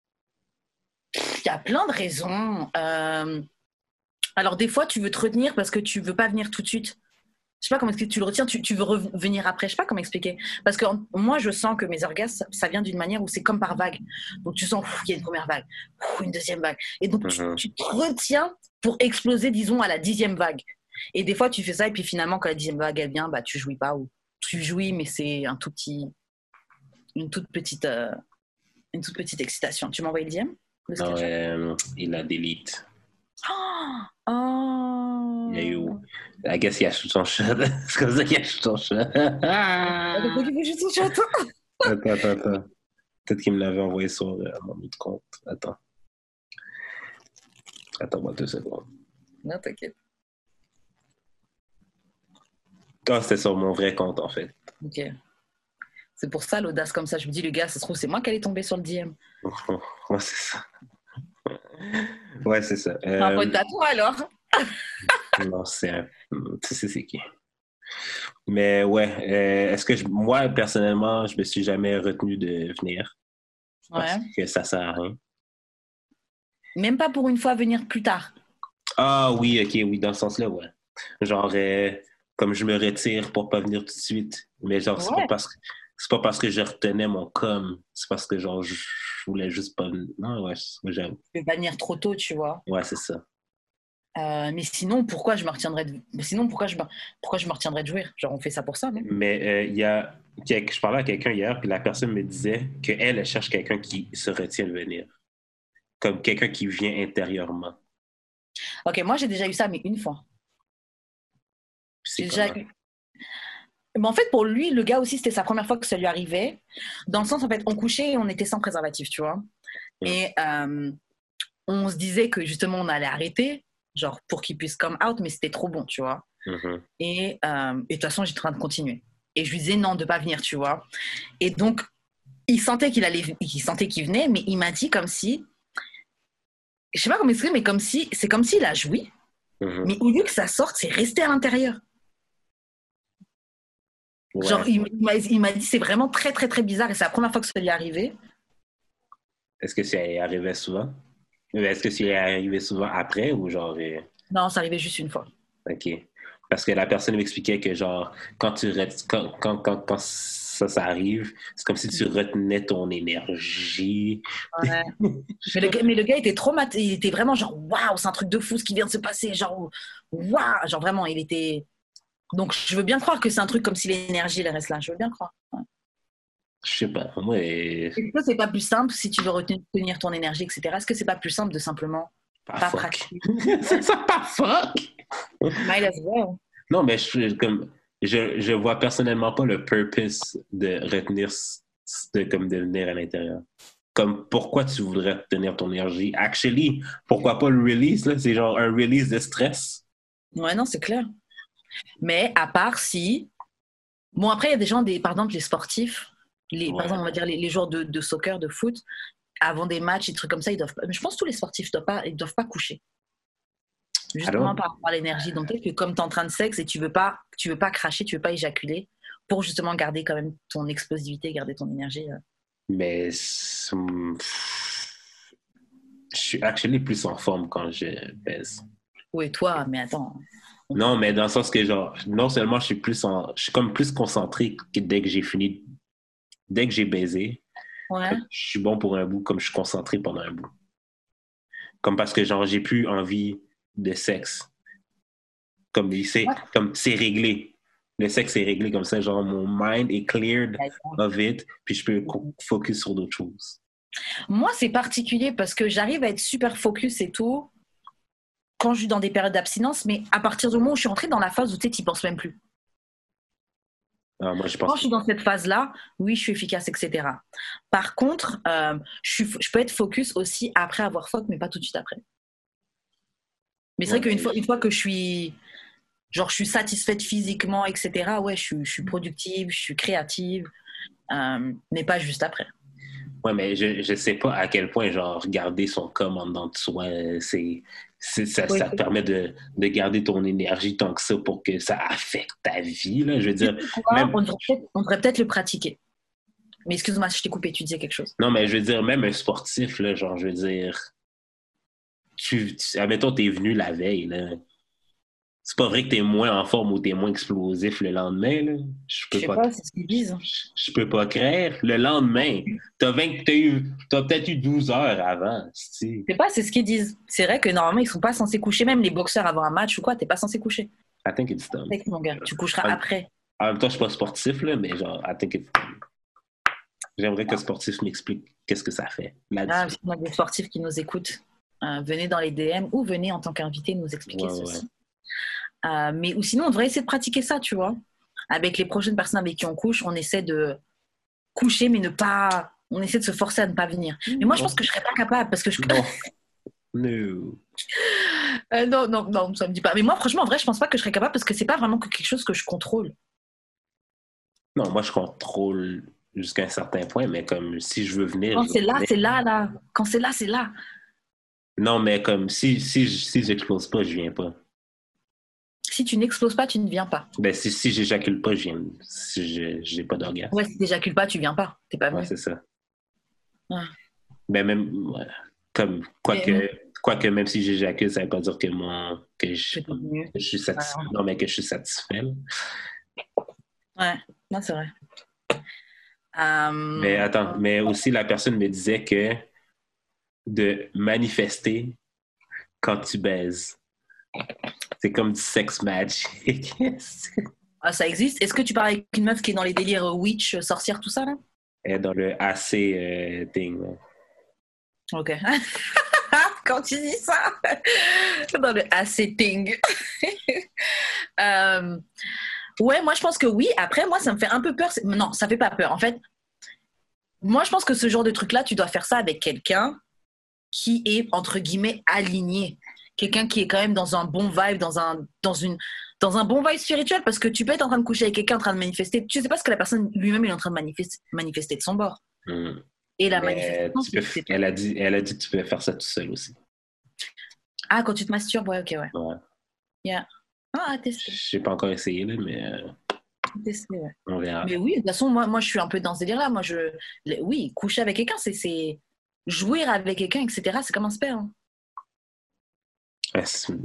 y a plein de raisons. Euh, alors, des fois, tu veux te retenir parce que tu veux pas venir tout de suite. Je sais pas comment expliquer, tu le retiens, tu, tu veux revenir après, je sais pas comment expliquer. Parce que moi, je sens que mes orgasmes, ça, ça vient d'une manière où c'est comme par vague. Donc tu sens qu'il y a une première vague, une deuxième vague. Et donc Mm-hmm. tu, tu te retiens pour exploser, disons, à la dixième vague. Et des fois, tu fais ça, et puis finalement, quand la dixième vague, elle vient, bah, tu jouis pas, ou tu jouis, mais c'est un tout petit, une toute petite, euh, une toute petite excitation. Tu m'as envoyé le D M? Le Non, screenshot? euh, il a delete. Oh, Il y a eu. I guess il a shoot son shot. C'est comme ça qu'il a shoot son shot. Attends, faut qu'il faut juste son shot. Attends, attends, attends. Peut-être qu'il me l'avait envoyé sur euh, mon autre compte. Attends. Attends-moi deux secondes. Non, t'inquiète. Ah, c'était sur mon vrai compte, en fait. Ok. C'est pour ça l'audace comme ça. Je me dis, le gars, ça se trouve, c'est moi qui allais tomber sur le D M. Ouais, c'est ça. Ouais, c'est ça. C'est un Euh, pote à toi, alors. non, c'est un... Tu sais c'est qui. Mais ouais, euh, est-ce que je... moi, personnellement, je me suis jamais retenu de venir. Parce Ouais. que ça sert à rien. Même pas pour une fois venir plus tard. Ah oui, ok, oui, dans ce sens-là, ouais. Genre, euh, comme je me retire pour pas venir tout de suite. Mais genre, c'est pas Ouais. parce que c'est pas parce que je retenais mon com, c'est parce que genre je voulais juste pas venir. Non, ouais, j'aime. Je vais pas venir trop tôt, tu vois. Ouais, c'est ça. Euh, mais sinon, pourquoi je me retiendrais de... Sinon, pourquoi je me... pourquoi je me retiendrais de jouir? Genre, on fait ça pour ça, non? Mais euh, il y a je parlais à quelqu'un hier, puis la personne me disait qu'elle, elle cherche quelqu'un qui se retient de venir. Comme quelqu'un qui vient intérieurement. Ok, moi, j'ai déjà eu ça, mais une fois. C'est J'ai déjà comment? eu... Mais en fait, pour lui, le gars aussi, c'était sa première fois que ça lui arrivait. Dans le sens, en fait, on couchait et on était sans préservatif, tu vois. Mm. Et euh, on se disait que justement, on allait arrêter, genre pour qu'il puisse come out, mais c'était trop bon, tu vois. Mm-hmm. Et euh, et de toute façon, j'étais en train de continuer. Et je lui disais non, de pas venir, tu vois. Et donc, il sentait qu'il allait, il sentait qu'il venait, mais il m'a dit comme si, je sais pas comment expliquer, mais comme si, c'est comme s'il a joui, Mm-hmm. mais au lieu que ça sorte, c'est resté à l'intérieur. Ouais. Genre, il, il m'a, il m'a dit, c'est vraiment très, très, très bizarre, et c'est la première fois que ça lui est arrivé. Est-ce que ça arrivait souvent? Est-ce que c'est arrivé souvent après ou genre. euh, Non, ça arrivait juste une fois. OK. Parce que la personne m'expliquait que, genre, quand tu ret- quand, quand, quand, quand ça, ça arrive, c'est comme si tu retenais ton énergie. Ouais. Mais le, gars- mais le gars était trop mat... il était vraiment genre waouh, c'est un truc de fou ce qui vient de se passer, genre waouh, genre vraiment, il était. Donc je veux bien croire que c'est un truc comme si l'énergie elle reste là, je veux bien croire. Ouais. Je sais pas. Moi, euh, Est-ce que c'est pas plus simple si tu veux retenir ton énergie, et cetera. Est-ce que c'est pas plus simple de simplement pas pas fuck. pratiquer? C'est ça, pas fuck! Might as well. Non, mais je, comme, je, je vois personnellement pas le purpose de retenir, de, comme de venir à l'intérieur. Comme, pourquoi tu voudrais retenir ton énergie? Actually, pourquoi pas le release, là? C'est genre un release de stress. Ouais, non, c'est clair. Mais à part si. Bon, après, il y a des gens, des, par exemple, les sportifs, les, Ouais. par exemple, on va dire les, les joueurs de, de soccer, de foot, avant des matchs, des trucs comme ça, ils doivent pas. Mais je pense que tous les sportifs ne doivent pas, ils doivent pas coucher. Justement Alors? par rapport à l'énergie. Donc peut-être que comme tu es en train de sexe et tu veux pas, tu veux pas cracher, tu veux pas éjaculer, pour justement garder quand même ton explosivité, garder ton énergie. euh. Mais c'est- je suis actually plus en forme quand je baise. Oui, toi, mais attends. Non, mais dans le sens que, genre, non seulement je suis plus en, je suis comme plus concentré que dès que j'ai fini, dès que j'ai baisé, Ouais. comme je suis bon pour un bout, comme je suis concentré pendant un bout. Comme parce que, genre, j'ai plus envie de sexe. Comme, c'est, Ouais. comme c'est réglé. Le sexe est réglé comme ça, genre, mon mind est cleared of it, puis je peux focus sur d'autres choses. Moi, c'est particulier parce que j'arrive à être super focus et tout quand je suis dans des périodes d'abstinence, mais à partir du moment où je suis rentrée dans la phase où tu sais, t'y penses même plus. Ah, moi, je pense Quand je suis dans cette phase-là, oui, je suis efficace, et cetera. Par contre, euh, je, suis, je peux être focus aussi après avoir fuck, mais pas tout de suite après. Mais c'est Ouais, vrai qu'une mais- fois, une fois que je suis, genre, je suis satisfaite physiquement, et cetera, ouais, je suis, je suis productive, je suis créative, euh, mais pas juste après. Ouais, mais je, je sais pas à quel point, genre, garder son corps en dedans de soi, c'est, c'est, ça, Oui, ça te permet de, de garder ton énergie tant que ça pour que ça affecte ta vie, là. Je veux dire, même, on devrait peut-être, on devrait peut-être le pratiquer. Mais excuse-moi, je t'ai coupé, tu disais quelque chose. non, mais je veux dire, même un sportif, là, genre, je veux dire, tu, tu admettons, t'es venu la veille, là. C'est pas vrai que t'es moins en forme ou t'es moins explosif le lendemain, là. Je Je peux sais pas, pas, c'est ce qu'ils disent. je, je peux pas croire. Le lendemain, t'as vingt, t'as eu, t'as peut-être eu douze heures avant, si. Je sais pas, c'est ce qu'ils disent. C'est vrai que normalement, ils sont pas censés coucher, même les boxeurs avant un match ou quoi, t'es pas censé coucher. I think it's dumb. Avec mon gars, tu coucheras En, après. en même temps, je suis pas sportif, là, mais genre, I think it's dumb. J'aimerais que le sportif m'explique qu'est-ce que ça fait. Ah, si on a des sportifs qui nous écoutent, euh, venez dans les D M ou venez en tant qu'invité nous expliquer Ouais, ceci. ouais. Euh, mais ou sinon, on devrait essayer de pratiquer ça, tu vois. Avec les prochaines personnes avec qui on couche, on essaie de coucher, mais ne pas. On essaie de se forcer à ne pas venir. Mais moi, je pense que je serais pas capable parce que je. Non. No. Euh, non, non, non, ça me dit pas. Mais moi, franchement, en vrai, je pense pas que je serais capable parce que c'est pas vraiment que quelque chose que je contrôle. Non, moi, je contrôle jusqu'à un certain point, mais comme si je veux venir. Quand je c'est veux là, venir. c'est là, là. Quand c'est là, c'est là. Non, mais comme si, si, si j'explose pas, je viens pas. Si tu n'exploses pas, tu ne viens pas. Ben, si, si j'éjacule pas, je viens. Si je j'ai pas d'orgasme. Ouais, si t'éjacules pas, tu viens pas. T'es pas venu. Ouais, c'est ça. Ouais. Ben, même, ouais, comme, quoique, Mais- quoique, même si j'éjacule, ça veut pas dire que mon, que je, Que t'es venu. que je suis satisfait. Ouais. Non, mais que je suis satisfait, là. Ouais, non, c'est vrai. Euh, Mais attends, mais aussi, la personne me disait que de manifester quand tu baises, c'est comme du sex magic. ah, ça existe. Est-ce que tu parles avec une meuf qui est dans les délires euh, witch, euh, sorcière, tout ça, là? Et dans le A C euh, thing, là. Ok. Quand tu dis ça, dans le acting. euh, ouais, moi je pense que oui. Après, moi ça me fait un peu peur. C'est- Non, ça fait pas peur. En fait, moi je pense que ce genre de truc-là, tu dois faire ça avec quelqu'un qui est entre guillemets aligné, quelqu'un qui est quand même dans un bon vibe, dans un dans une dans un bon vibe spirituel, parce que tu peux être en train de coucher avec quelqu'un en train de manifester. Tu sais pas ce que la personne lui-même est en train de manifester, manifester de son bord. Hmm. Et la Mais manifestation, tu peux, c'est- c'est- elle, a dit, elle a dit que tu pouvais faire ça tout seul aussi. ah, quand tu te masturbes, ouais, ok, ouais. Ouais. Yeah. Ah, à tester. Je n'ai pas encore essayé, là, mais euh, Tester, ouais. on verra. Mais oui, de toute façon, moi, moi, je suis un peu dans ce délire-là. Moi, je, le- oui, coucher avec quelqu'un, c'est, c'est jouir avec quelqu'un, et cetera. C'est comme un spell. Hein. Ouais, c'est-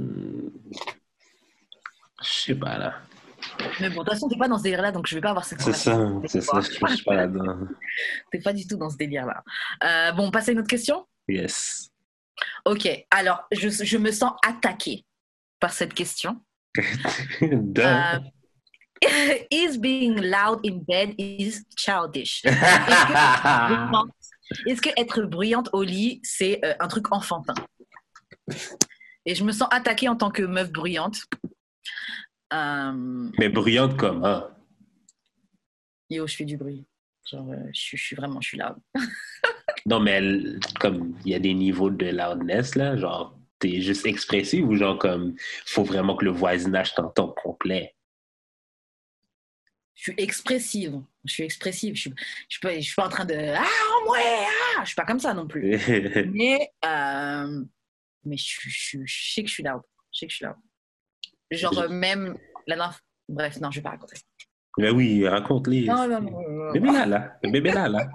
je sais pas, là. Mais bon, de toute façon, t'es pas dans ce délire-là, donc je vais pas avoir cette C'est ça, conversation. c'est ça, je je suis pas là-dedans. T'es pas du tout dans ce délire-là. Euh, bon, on passe à une autre question. Yes. Ok, alors, je, je me sens attaquée par cette question. Duh. Euh, is being loud in bed is childish? Est-ce que, bruyante, est-ce que être bruyante au lit, c'est euh, un truc enfantin? Et je me sens attaquée en tant que meuf bruyante. Euh, Mais bruyante comment? yo, je fais du bruit. Genre, euh, je, suis- je suis vraiment, je suis loud. Non, mais elle- comme il y a des niveaux de loudness, là, genre, t'es juste expressive ou genre comme, faut vraiment que le voisinage t'entende complet? Je suis expressive. Je suis expressive. Je suis, je suis, pas, je suis pas en train de ah ouais, ah, je suis pas comme ça non plus. Mais, euh, mais je, suis- je, suis- je sais que je suis loud. Je sais que je suis loud. Genre Je- euh, même la dernière- bref, non, je vais pas raconter. Mais oui, raconte-les. Non, non, non, non, non. Bébé là, là. Le bébé là, là.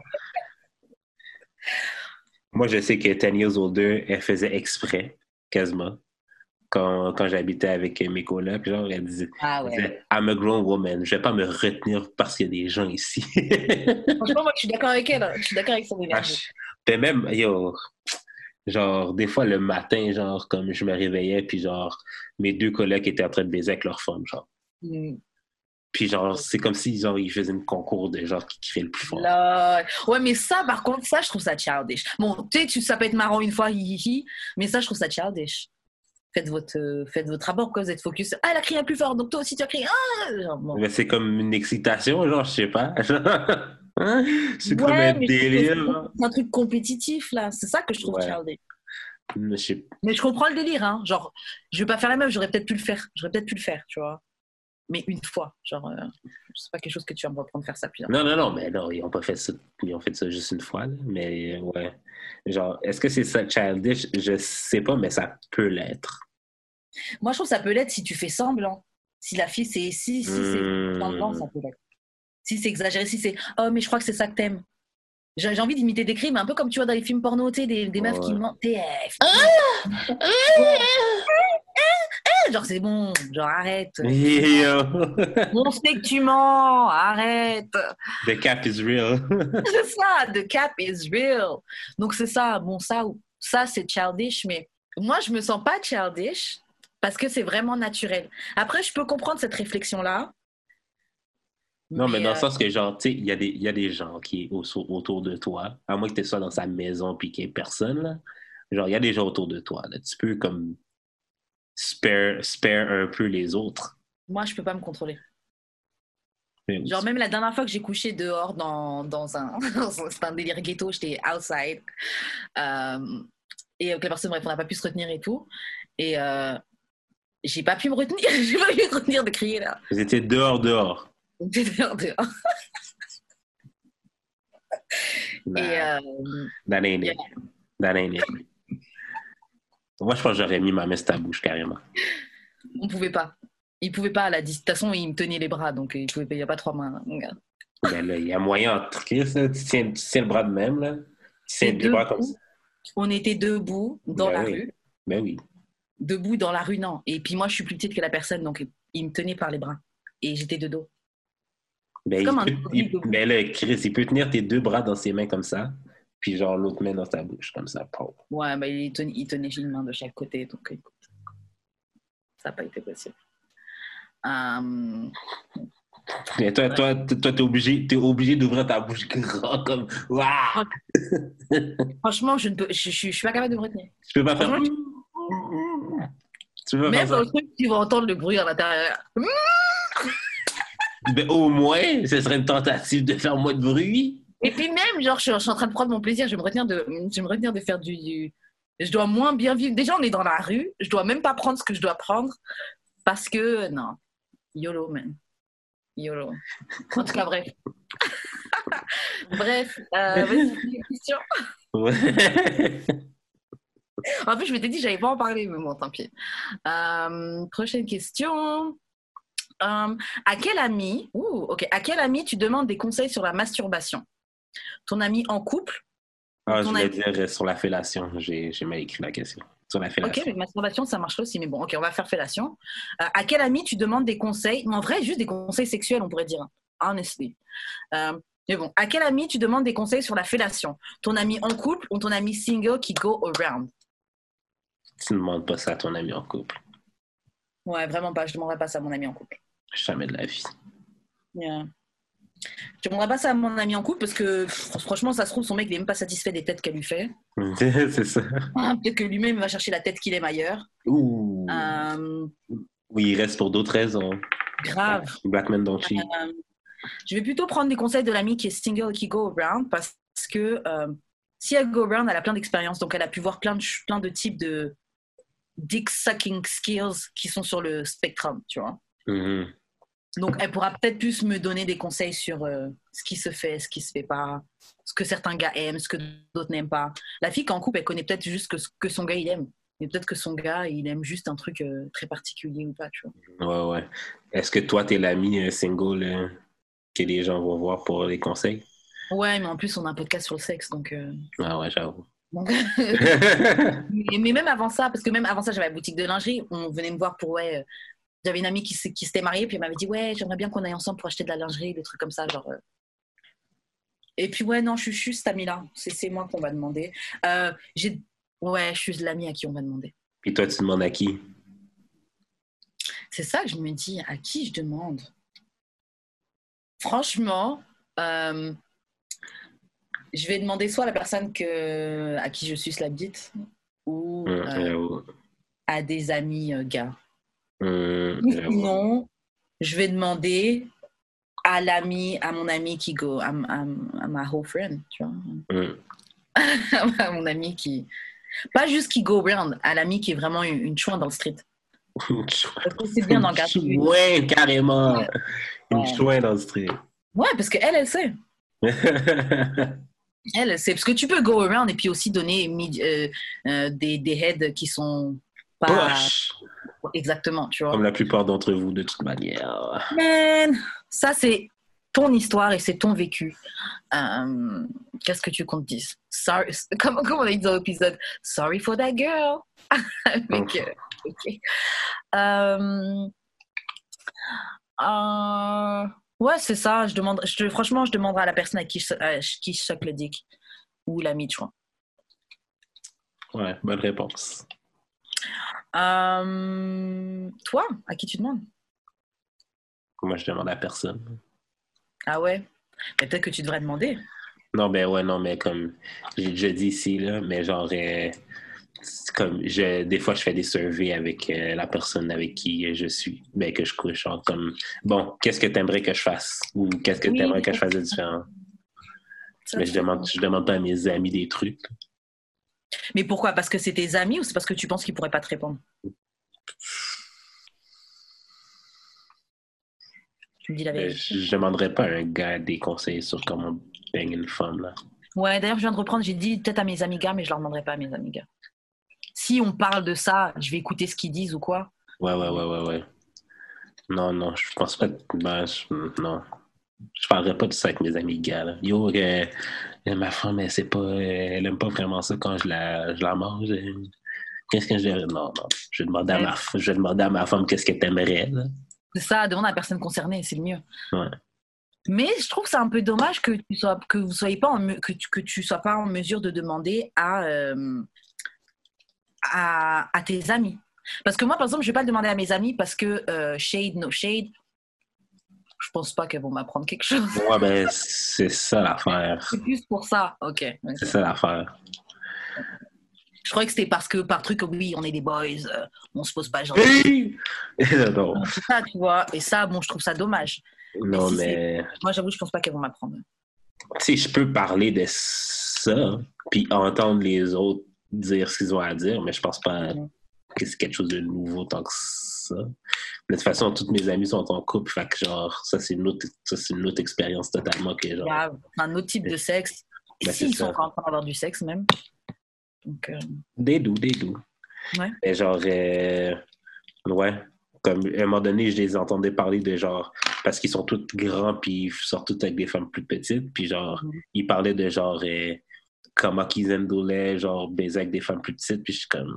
Moi, je sais que ten years older, elle faisait exprès, quasiment. Quand, quand j'habitais avec mes colocs, genre, elle disait, Ah elle ouais. disait, I'm a grown woman, je vais pas me retenir parce qu'il y a des gens ici. Franchement, moi, je suis d'accord avec elle. hein. Je suis d'accord avec son Ah, énergie. je- Puis même, yo, genre, des fois, le matin, genre, comme je me réveillais, puis genre, mes deux colocs étaient en train de baiser avec leur femme, genre. Mm. Puis genre, c'est comme si, genre, ils faisaient une concours de genre qui criait le plus fort. Là... Ouais, mais ça, par contre, ça, je trouve ça childish. Bon, tu sais, tu- ça peut être marrant une fois, hi, hi, hi, mais ça, je trouve ça childish. Faites votre, euh, faites votre rapport, quoi, vous êtes focus. Ah, elle a crié plus fort, donc toi aussi, tu as crié. Ah genre, bon. Mais c'est comme une excitation, genre, je sais pas. Hein? C'est comme Ouais, un mais je trouve que délire. c'est- genre. c'est un truc compétitif, là. C'est ça que je trouve Ouais. childish. Mais je sais- Mais je comprends le délire, hein. Genre, je vais pas faire la meuf, j'aurais peut-être pu le faire. J'aurais peut-être pu le faire, tu vois. Mais une fois, genre, euh, c'est pas quelque chose que tu vas me reprendre faire ça plusieurs fois. Non, non, non, mais non, ils ont pas fait ça. Ils ont fait ça juste une fois, là. Mais euh, ouais. Genre, est-ce que c'est ça childish? Je sais pas, mais ça peut l'être. Moi, je trouve que ça peut l'être si tu fais semblant. Si la fille, c'est. Si, si c'est Hmm. semblant, ça peut l'être. Si c'est exagéré, si c'est. Oh, mais je crois que c'est ça que t'aimes. J'ai j'ai envie d'imiter des cris, mais un peu comme tu vois dans les films porno, tu sais, des, des meufs qui Ouais. mentent. T F. genre c'est bon, genre arrête. Yo. On sait que tu mens, arrête. The cap is real. C'est ça, the cap is real. Donc c'est ça, bon ça, ça c'est childish, mais moi je me sens pas childish parce que c'est vraiment naturel. Après je peux comprendre cette réflexion-là. Non, mais, mais dans euh... le sens que, genre, tu sais, il y, y a des gens qui sont autour de toi, à moins que tu sois dans sa maison puis qu'il n'y ait personne, là. Genre, il y a des gens autour de toi, là. Tu peux, comme, spare, spare un peu les autres. Moi, je peux pas me contrôler. Mais genre, même la dernière fois que j'ai couché dehors dans, dans un... c'est un délire ghetto, j'étais outside. Euh, et que la personne, bref, on n'a pas pu se retenir et tout. Et euh, j'ai pas pu me retenir. J'ai pas pu me retenir de crier, là. Vous étiez dehors, dehors. Dehors, dehors. Nah, et euh, that ain't it. Yeah. That ain't it. Moi, je pense que j'aurais mis ma main sur ta bouche, carrément. On pouvait pas. Il pouvait pas, à la distance. De toute façon, il me tenait les bras, donc il pouvait pas. Il n'y a pas trois mains, mon gars. Ben là, il y a moyen entre Chris, là. Tu tiens, tu tiens le bras de même, là. Tu tiens le bras comme ça. On était debout dans ben la oui. rue. Ben oui. Debout dans la rue, non. Et puis moi, je suis plus petite que la personne, donc il me tenait par les bras. Et j'étais de dos. Ben, il comme peut, un il, ben là, Chris, il peut tenir tes deux bras dans ses mains comme ça, puis genre l'autre main dans ta bouche, comme ça. Pauvre. Ouais, ben il tenait, il tenait une main de chaque côté, donc écoute, ça n'a pas été possible. Um... Mais toi, ouais. toi, toi, t'es obligé, t'es obligé d'ouvrir ta bouche grand comme. Waouh! Franchement, je ne peux, je, je, je suis pas capable de me retenir. Tu peux pas faire. Tu peux Même dans le truc, tu vas entendre le bruit à l'intérieur. Ben, au moins, ce serait une tentative de faire moins de bruit. Et puis même, genre, je, je suis en train de prendre mon plaisir, je vais me retenir de, je vais me retenir de faire du, du... Je dois moins bien vivre. Déjà, on est dans la rue, je dois même pas prendre ce que je dois prendre parce que, non, YOLO, man. YOLO. En tout cas, bref. bref, euh, vas-y, une question. Ouais. En plus, je m'étais dit que j'allais pas en parler, mais bon, tant pis. Euh, prochaine question. Um, à quel ami, ouh, ok, à quel ami tu demandes des conseils sur la masturbation? Ton ami en couple? Ah, je voulais ami... dire sur la fellation. J'ai, j'ai mal écrit la question. Sur la fellation. Ok, mais masturbation, ça marche aussi, mais bon, ok, on va faire fellation. Euh, à quel ami tu demandes des conseils? Mais en vrai, juste des conseils sexuels, on pourrait dire. Honestly. Euh, mais bon, à quel ami tu demandes des conseils sur la fellation? Ton ami en couple ou ton ami single qui go around? Tu ne demandes pas ça à ton ami en couple. Ouais, vraiment pas. Je ne demanderai pas ça à mon ami en couple. Jamais de la vie. Yeah. Je ne demanderai pas ça à mon ami en couple parce que franchement, ça se trouve, son mec n'est même pas satisfait des têtes qu'elle lui fait. C'est ça. Ah, peut-être que lui-même va chercher la tête qu'il aime ailleurs. Ouh. Euh... Oui, il reste pour d'autres raisons. Grave. Black men don't cheat. Euh, je vais plutôt prendre des conseils de l'ami qui est single qui go around parce que euh, si elle go around, elle a plein d'expériences. Donc, elle a pu voir plein de, plein de types de dick sucking skills qui sont sur le spectrum, tu vois. Mm-hmm. Donc, elle pourra peut-être plus me donner des conseils sur euh, ce qui se fait, ce qui se fait pas, ce que certains gars aiment, ce que d'autres n'aiment pas. La fille, quand en couple, elle connaît peut-être juste que, que son gars, il aime. Mais peut-être que son gars, il aime juste un truc euh, très particulier ou pas, tu vois. Ouais, ouais. Est-ce que toi, t'es l'ami euh, single euh, que les gens vont voir pour les conseils? Ouais, mais en plus, on a un podcast sur le sexe, donc... Euh... Ah ouais, j'avoue. Donc... mais, mais même avant ça, parce que même avant ça, j'avais la boutique de lingerie, on venait me voir pour... ouais. Euh, J'avais une amie qui, qui s'était mariée, puis elle m'avait dit « Ouais, j'aimerais bien qu'on aille ensemble pour acheter de la lingerie, des trucs comme ça. » genre. Euh... Et puis, ouais, non, je suis cette amie-là. C'est, c'est moi qu'on va demander. Euh, j'ai... Ouais, je suis l'amie à qui on va demander. Et toi, tu demandes à qui? C'est ça que je me dis. À qui je demande? Franchement, euh, je vais demander soit à la personne que, à qui je suce la bite, ou euh, euh, à des amis euh, gars. Mmh, Sinon, je vais demander à l'ami, à mon ami qui go, à, à, à ma whole friend, tu vois. Mmh. à mon ami qui, pas juste qui go around, à l'ami qui est vraiment une, une chouin dans le street. Parce que c'est bien dans le garde. Ouais, carrément. Ouais. Une Ouais. chouin dans le street. Ouais, parce qu'elle, elle sait. elle sait. Parce que tu peux go around et puis aussi donner euh, euh, des, des heads qui sont pas... Poche. Exactement, tu vois. Comme la plupart d'entre vous, de toute manière. Man, ça, c'est ton histoire et c'est ton vécu. Euh, qu'est-ce que tu comptes dire? Sorry, comme, comme on a dit dans l'épisode, sorry for that girl. Avec, euh, Ok. Euh, euh, ouais, c'est ça. Je demande, je, franchement, je demanderai à la personne à qui je, à qui je suck le dick. Ou l'ami, je crois. Ouais, bonne réponse. Euh, toi, à qui tu demandes? Moi, je demande à personne. Ah ouais? Mais peut-être que tu devrais demander. Non, ben ouais, non, mais comme j'ai déjà dit ici, là, mais genre, euh, comme je, des fois, je fais des surveys avec euh, la personne avec qui je suis, ben que je couche, genre, comme, bon, qu'est-ce que t'aimerais que je fasse? Ou qu'est-ce que Oui, t'aimerais que je fasse de différent? ça, Mais je c'est demande, bon. je demande pas à mes amis des trucs. Mais pourquoi? Parce que c'est tes amis ou c'est parce que tu penses qu'ils pourraient pas te répondre? Tu me dis la Ben, vérité. je, je demanderais pas à un gars des conseils sur comment baigner une femme, là. Ouais, d'ailleurs, je viens de reprendre, j'ai dit peut-être à mes amis gars, mais je leur demanderai pas à mes amis gars. Si on parle de ça, je vais écouter ce qu'ils disent ou quoi. Ouais, ouais, ouais, ouais, ouais. Non, non, je pense pas. Ben, je, non. Je parlerai pas de ça avec mes amis gars, là. Yo, euh, ma femme, elle sait pas, euh, elle aime pas vraiment ça quand je la, je la mange. euh, Qu'est-ce que je dirais? Non, non. Je vais demander à Ouais, ma, je vais demander à ma femme qu'est-ce qu'elle t'aimerait, là. c'est ça, demande à la personne concernée, c'est le mieux. Ouais. Mais je trouve que c'est un peu dommage que tu sois, que vous soyez pas en, me- que tu, que tu sois pas en mesure de demander à, euh, à, à tes amis. Parce que moi, par exemple, je vais pas le demander à mes amis parce que euh, shade, no shade, je pense pas qu'elles vont m'apprendre quelque chose. Ouais, ben, c'est ça C'est l'affaire. plus pour ça. Ok, C'est ok. ça l'affaire. Je croyais que c'était parce que par truc, oui, on est des boys, euh, on se pose pas genre. Hey! Non, C'est ça, tu vois. Et ça, bon, je trouve ça dommage. Mais non, si c'est, mais moi, j'avoue, je pense pas qu'elles vont m'apprendre. si je peux parler de ça, puis entendre les autres dire ce qu'ils ont à dire, mais je pense pas Mm. que c'est quelque chose de nouveau tant que ça. De toute façon, toutes mes amies sont en couple, fait que genre, ça c'est une autre, ça, c'est une autre expérience totalement que genre. Grave. Un autre type de sexe. Ben, c'est S'ils sont ça. encore en train d'avoir du sexe, même. Donc, euh, Des doux, des doux. ouais. Mais genre, euh, ouais. Comme à un moment donné, je les entendais parler de genre, parce qu'ils sont tous grands, puis ils sortent tous avec des femmes plus petites, puis genre, Mm-hmm. ils parlaient de genre, euh, comment qu'ils endolaient, genre, baiser avec des femmes plus petites, puis je suis comme,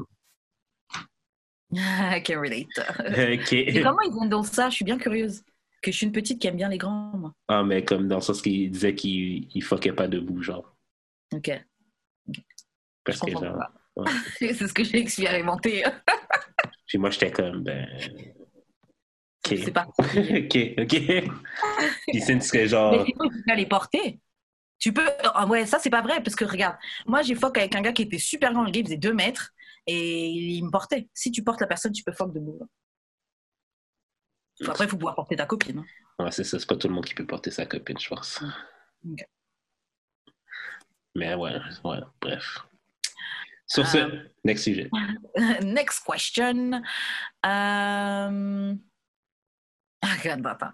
I can relate. Mais ok. comment ils vendent ça? Je suis bien curieuse. Que je suis une petite qui aime bien les grands, moi. Ah, mais comme dans le sens qu'ils disaient qu'ils ils fuckaient pas debout, genre. Ok. Parce Je que comprends genre, pas. ouais. C'est ce que j'ai expérimenté. Puis moi, j'étais comme, ben, ok. C'est pas. ok, ok. Puis c'est ce que Mais genre, sinon, tu peux les porter. Tu peux. Ah ouais, ça, c'est pas vrai. Parce que regarde, moi, j'ai fuck avec un gars qui était super grand. Le gars, il faisait deux mètres. Et il me portait. Si tu portes la personne, tu peux fuck debout. Après, il faut pouvoir porter ta copine. ouais, c'est ça, c'est pas tout le monde qui peut porter sa copine, je pense. Okay. Mais ouais, ouais, bref. Sur Um, ce, next sujet. Next question. Um... Attends, attends.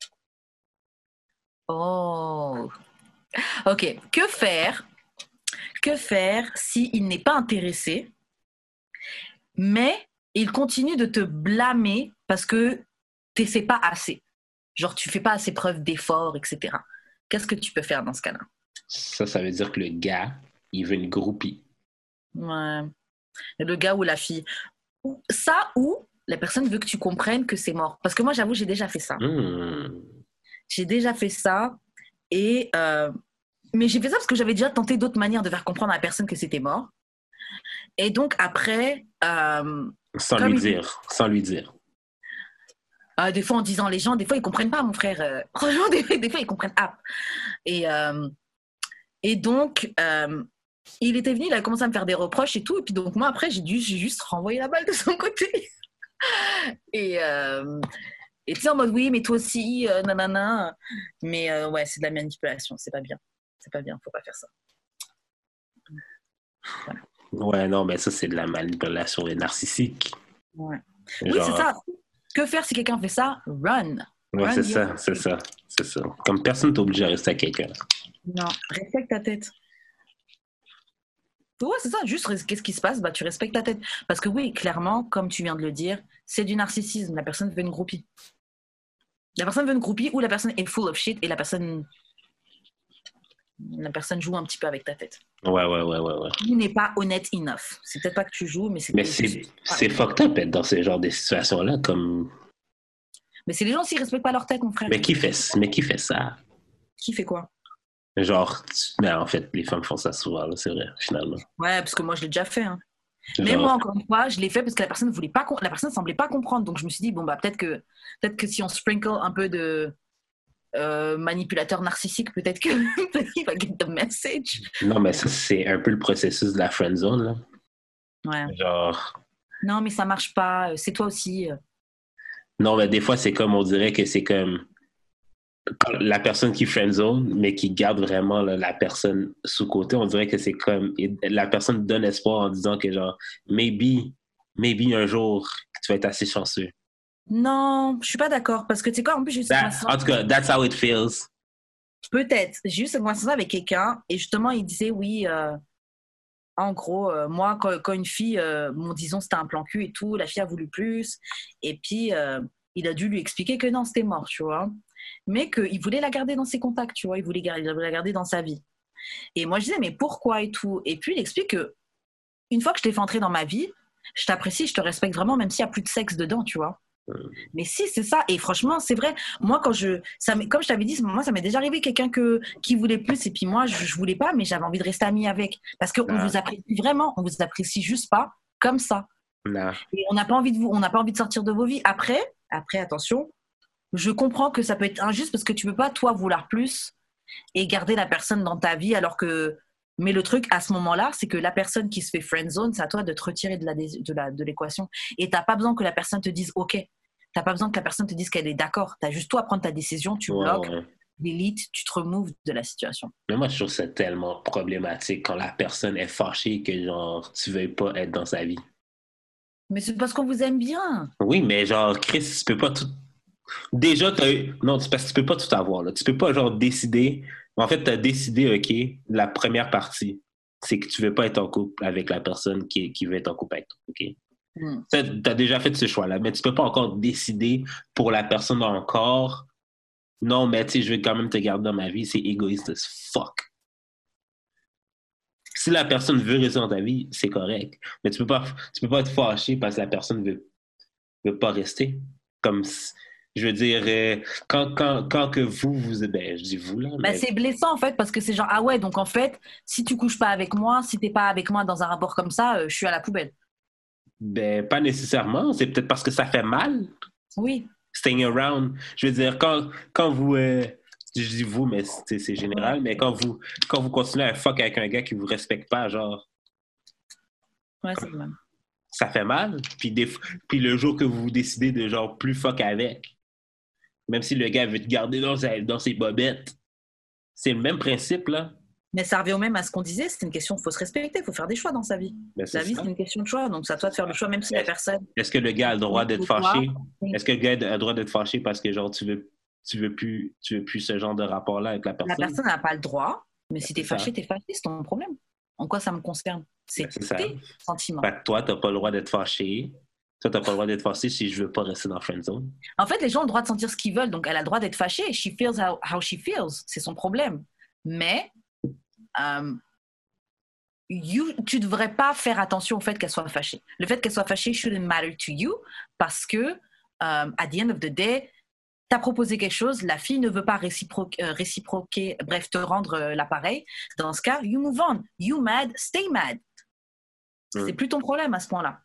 Oh. Ok. Que faire? Que faire s'il n'est pas intéressé, mais il continue de te blâmer parce que tu n'essaies pas assez? Genre, tu fais pas assez preuve d'effort, et cetera. Qu'est-ce que tu peux faire dans ce cas-là? Ça, ça veut dire que le gars, il veut une groupie. Ouais. Le gars ou la fille. Ça ou la personne veut que tu comprennes que c'est mort. Parce que moi, j'avoue, j'ai déjà fait ça. Mmh. J'ai déjà fait ça. Et, euh, mais j'ai fait ça parce que j'avais déjà tenté d'autres manières de faire comprendre à la personne que c'était mort. Et donc, après... Euh, Sans comme lui il... dire, sans lui dire. Euh, des fois, en disant les gens, des fois, ils comprennent pas, mon frère. Euh, franchement, des, des fois, ils comprennent pas. Et, euh, et donc, euh, il était venu, il a commencé à me faire des reproches et tout. Et puis, donc, moi, après, j'ai dû j'ai juste renvoyer la balle de son côté. et, euh, et tu sais, en mode, oui, mais toi aussi, euh, nanana. Mais euh, ouais, c'est de la manipulation. C'est pas bien. C'est pas bien. Faut pas faire ça. Voilà. Ouais, non, mais ça, c'est de la manipulation narcissique. Ouais. Genre... Oui, c'est ça. Que faire si quelqu'un fait ça? Run. Ouais, Run c'est ça, c'est ça, c'est ça. Comme personne t'est obligé à rester à quelqu'un. Non, respecte ta tête. Ouais, c'est ça, juste qu'est-ce qui se passe? Bah, tu respectes ta tête. Parce que oui, clairement, comme tu viens de le dire, c'est du narcissisme. La personne veut une groupie. La personne veut une groupie ou la personne est full of shit et la personne, la personne joue un petit peu avec ta tête. Ouais, ouais, ouais, ouais, ouais. Tu n'es pas honnête enough. C'est peut-être pas que tu joues, mais c'est Mais que c'est, tu- c'est fucked up être dans ce genre de situations-là, comme... Mais c'est les gens s'ils respectent pas leur tête, mon frère. Mais qui fait, mais qui fait ça? Qui fait quoi? Genre, tu- mais en fait, les femmes font ça souvent, là, c'est vrai, finalement. Ouais, parce que moi, je l'ai déjà fait. Hein. Mais Genre, moi, encore une fois, je l'ai fait parce que la personne voulait pas, la personne semblait pas comprendre. Donc, je me suis dit, bon, bah, peut-être que, peut-être que si on sprinkle un peu de euh, manipulateur narcissique, peut-être que peut-être qu'il va get the message. non, mais ça, c'est un peu le processus de la friend zone, là. Ouais. Genre, Non, mais ça marche pas. C'est toi aussi. non, mais des fois, c'est comme, on dirait que c'est comme la personne qui friendzone, mais qui garde vraiment là, la personne sous-côté, on dirait que c'est comme la personne donne espoir en disant que genre, maybe, maybe un jour, tu vas être assez chanceux. Non, je suis pas d'accord. Parce que tu sais quoi, en plus, j'ai eu cette That, conversation. en tout cas, that's how it feels. Peut-être. J'ai eu cette conversation avec quelqu'un et justement, il disait, oui, euh, en gros, euh, moi, quand, quand une fille, euh, bon, disons, c'était un plan cul et tout, la fille a voulu plus. Et puis, euh, il a dû lui expliquer que non, c'était mort, tu vois. Mais qu'il voulait la garder dans ses contacts, tu vois. Il voulait, il voulait la garder dans sa vie. Et moi, je disais, mais pourquoi et tout. Et puis, il explique que une fois que je t'ai fait entrer dans ma vie, je t'apprécie, je te respecte vraiment, même s'il n'y a plus de sexe dedans, tu vois. Mais si, c'est ça. Et franchement, c'est vrai. Moi, quand je, ça, comme je t'avais dit, moi, ça m'est déjà arrivé quelqu'un que, qui voulait plus, et puis moi, je, je voulais pas, mais j'avais envie de rester amie avec. Parce qu'on Nah. vous apprécie vraiment, on vous apprécie juste pas comme ça. Nah. Et on n'a pas envie de vous, on n'a pas envie de sortir de vos vies. Après, après, attention, je comprends que ça peut être injuste parce que tu peux pas, toi, vouloir plus et garder la personne dans ta vie alors que. Mais le truc à ce moment-là, c'est que la personne qui se fait friendzone, c'est à toi de te retirer de, la, de, la, de l'équation. Et t'as pas besoin que la personne te dise OK. T'as pas besoin que la personne te dise qu'elle est d'accord. T'as juste toi à prendre ta décision, tu Ouais, bloques, ouais. delete, tu te removes de la situation. Mais moi, je trouve ça tellement problématique quand la personne est fâchée que genre, tu veuilles pas être dans sa vie. Mais c'est parce qu'on vous aime bien. Oui, mais genre, Chris, tu peux pas tout. Déjà, t'as eu... Non, c'est parce que tu peux pas tout avoir. Là. Tu peux pas, genre, décider. En fait, tu as décidé, OK, la première partie, c'est que tu veux pas être en couple avec la personne qui, qui veut être en couple avec toi, OK? Mm. Tu as déjà fait ce choix-là, mais tu peux pas encore décider pour la personne encore. Non, mais tu sais, je veux quand même te garder dans ma vie. C'est égoïste as fuck. Si la personne veut rester dans ta vie, c'est correct. Mais tu peux pas, tu peux pas être fâché parce que la personne veut, veut pas rester. Comme... Je veux dire, euh, quand, quand, quand que vous, vous... Ben, je dis vous, là, mais... Bah, c'est blessant, en fait, parce que c'est genre, ah ouais, donc en fait, si tu couches pas avec moi, si t'es pas avec moi dans un rapport comme ça, euh, je suis à la poubelle. Ben, pas nécessairement. C'est peut-être parce que ça fait mal. Oui. Staying around. Je veux dire, quand, quand vous... Euh, je dis vous, mais c'est, c'est général, mais quand vous, quand vous continuez à fuck avec un gars qui vous respecte pas, genre... Ouais, c'est le même. Ça fait mal. Puis, des, puis le jour que vous décidez de, genre, plus fuck avec, même si le gars veut te garder dans, sa, dans ses bobettes, c'est le même principe, là. Mais ça revient au même à ce qu'on disait, c'est une question, il faut se respecter, il faut faire des choix dans sa vie. Ben, la vie, ça. c'est une question de choix, donc c'est à toi de faire le choix, même si la personne... Est-ce que le gars a le droit d'être fâché? Est-ce que le gars a le droit d'être fâché parce que, genre, tu veux, tu veux plus, tu veux plus ce genre de rapport-là avec la personne? La personne n'a pas le droit, mais ben, si t'es fâché, ça. t'es fâché, c'est ton problème. En quoi ça me concerne? C'est, ben, c'est tes sentiments. Fait que toi, t'as pas le droit d'être fâché. Toi, t'as pas le droit d'être fâché si je veux pas rester dans la friend zone. En fait, les gens ont le droit de sentir ce qu'ils veulent, donc elle a le droit d'être fâchée. She feels how, how she feels, c'est son problème. Mais um, you, tu devrais pas faire attention au fait qu'elle soit fâchée. Le fait qu'elle soit fâchée shouldn't matter to you parce que um, at the end of the day, t'as proposé quelque chose, la fille ne veut pas réciproquer, euh, réciproquer bref, te rendre euh, l'appareil. Dans ce cas, you move on. You mad, stay mad. Mm. C'est plus ton problème à ce point-là.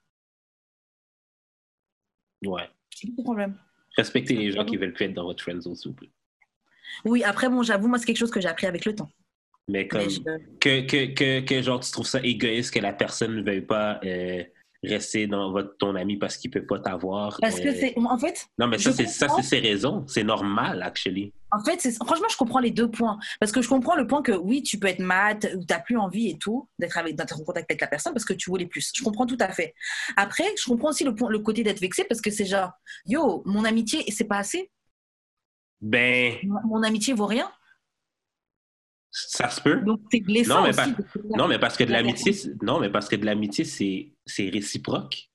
Ouais. C'est plus ton problème. Respectez les gens qui veulent plus être dans votre friend zone, s'il vous plaît. Oui, après, bon, j'avoue, moi, c'est quelque chose que j'ai appris avec le temps. Mais comme Mais je... que, que, que, que, genre, tu trouves ça égoïste que la personne ne veuille pas euh, rester dans votre, ton ami parce qu'il ne peut pas t'avoir. Parce euh... que c'est... En fait... Non, mais ça, c'est, ça, c'est ses raisons. C'est normal, actually. En fait, c'est... franchement, je comprends les deux points. Parce que je comprends le point que, oui, tu peux être mad, ou tu n'as plus envie et tout, d'être, avec, d'être en contact avec la personne parce que tu voulais plus. Je comprends tout à fait. Après, je comprends aussi le, point, le côté d'être vexé parce que c'est genre, yo, mon amitié, c'est pas assez? Ben... Mon, mon amitié vaut rien? Ça se peut. Donc, c'est blessant non, mais aussi. Pas... Non, mais parce que de l'amitié, c'est... non, mais parce que de l'amitié, c'est, c'est réciproque.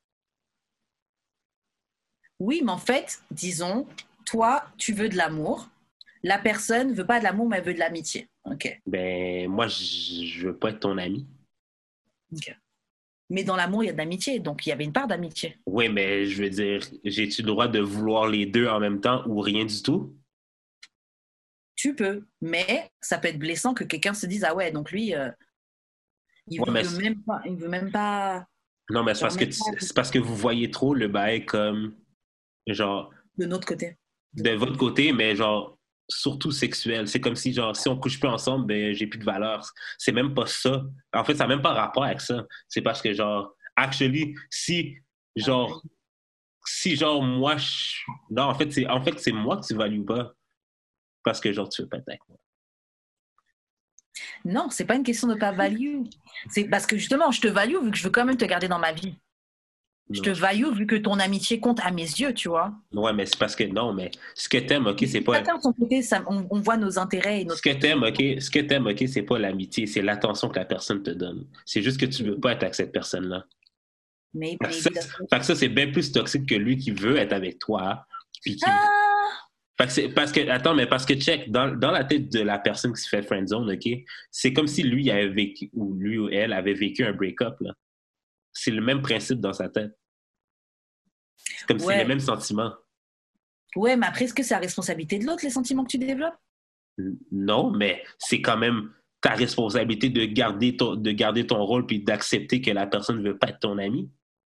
Oui, mais en fait, disons, toi, tu veux de l'amour, la personne veut pas de l'amour, mais elle veut de l'amitié. OK. Ben, moi, je veux pas être ton ami. OK. Mais dans l'amour, il y a de l'amitié, donc il y avait une part d'amitié. Oui, mais je veux dire, j'ai-tu le droit de vouloir les deux en même temps ou rien du tout? Tu peux, mais ça peut être blessant que quelqu'un se dise ah ouais, donc lui, euh, il, Ouais, il mais veut même pas, il veut même pas, non, mais c'est genre parce que même tu- pas c'est parce que vous voyez trop le bail comme genre de notre côté. de votre côté, mais genre surtout sexuel. C'est comme si genre si on couche plus ensemble, ben j'ai plus de valeur. C'est même pas ça. En fait, ça n'a même pas rapport avec ça. C'est parce que genre actually, si genre si genre moi je... non en fait c'est en fait c'est moi que tu values pas parce que genre tu veux pas être avec moi. Non, c'est pas une question de pas value. C'est parce que justement, je te value vu que je veux quand même te garder dans ma vie. Je te Non. value vu que ton amitié compte à mes yeux, tu vois. Ouais, mais c'est parce que non, mais ce que t'aimes, ok, c'est pas. Chacun de son côté, ça, on, on voit nos intérêts et Ce notre. que t'aimes, ok, ce que t'aimes, ok, c'est pas l'amitié, c'est l'attention que la personne te donne. C'est juste que tu veux pas être avec cette personne-là. Mais, Fait que mais ça, fait que ça, c'est bien plus toxique que lui qui veut être avec toi. Puis qui... ah, Fait que c'est parce que, attends, mais parce que check, dans, dans la tête de la personne qui se fait friendzone, ok, c'est comme si lui avait vécu, ou lui ou elle avait vécu un break-up, là. C'est le même principe dans sa tête. C'est comme si c'est les ouais, mêmes sentiments. ouais, mais après, est-ce que c'est la responsabilité de l'autre les sentiments que tu développes? Non, mais c'est quand même ta responsabilité de garder ton, de garder ton rôle puis d'accepter que la personne ne veut pas être ton ami.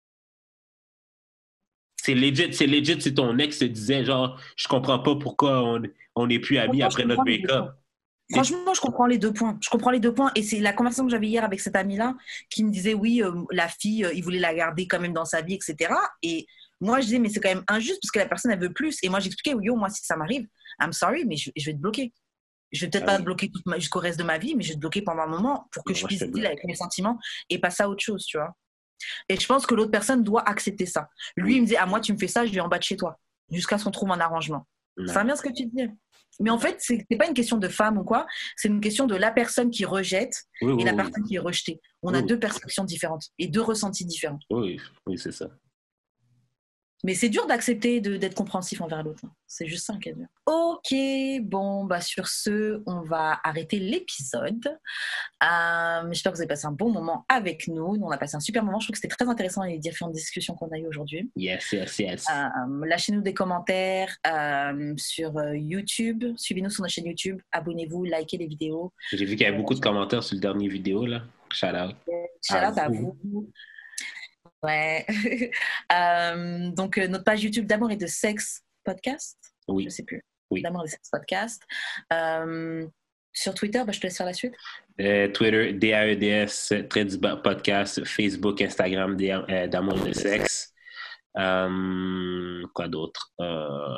C'est legit, c'est legit si ton ex te disait genre, je comprends pas pourquoi on on n'est plus amis Franchement, je après notre comprends les deux break-up. points. Franchement, je comprends les deux points. Je comprends les deux points. Et c'est la conversation que j'avais hier avec cette amie-là qui me disait, oui, euh, la fille, euh, il voulait la garder quand même dans sa vie, et cetera. Et moi, je disais, mais c'est quand même injuste parce que la personne, elle veut plus. Et moi, j'expliquais, oui, yo, moi, si ça m'arrive, I'm sorry, mais je, je vais te bloquer. Je vais peut-être Ah pas te oui. bloquer toute ma- jusqu'au reste de ma vie, mais je vais te bloquer pendant un moment pour que Non, je moi, je te puisse deal bloque. avec mes sentiments et passer à autre chose, tu vois. Et je pense que l'autre personne doit accepter ça. Lui, Oui. il me dit, ah, moi, tu me fais ça, je vais en bas de chez toi, jusqu'à ce qu'on trouve un arrangement. Non. Ça va bien ce que tu dis. Mais en fait, c'est n'est pas une question de femme ou quoi, c'est une question de la personne qui rejette Oui, oui, et la oui. personne qui est rejetée. On Oui, a oui. deux perceptions différentes et deux ressentis différents. Oui, oui, c'est ça. Mais c'est dur d'accepter de, d'être compréhensif envers l'autre. C'est juste ça qui est dur. Ok, bon, bah sur ce, on va arrêter l'épisode. Euh, j'espère que vous avez passé un bon moment avec nous. Nous, on a passé un super moment. Je trouve que c'était très intéressant les différentes discussions qu'on a eues aujourd'hui. Yes, yes, yes. Euh, lâchez-nous des commentaires euh, sur euh, YouTube. Suivez-nous sur notre chaîne YouTube. Abonnez-vous, likez les vidéos. J'ai vu qu'il y avait beaucoup de commentaires sur le dernier vidéo, là. Shout out. Shout out à vous. Ouais. euh, donc, euh, notre page YouTube d'Amour et de Sexe Podcast. Oui. Je ne sais plus. Oui. D'Amour et de Sexe Podcast. Euh, sur Twitter, bah, je te laisse faire la suite. Euh, Twitter, D A E D S, trait du bas podcast. Facebook, Instagram, euh, d'Amour et de Sexe. Euh, quoi d'autre? Euh,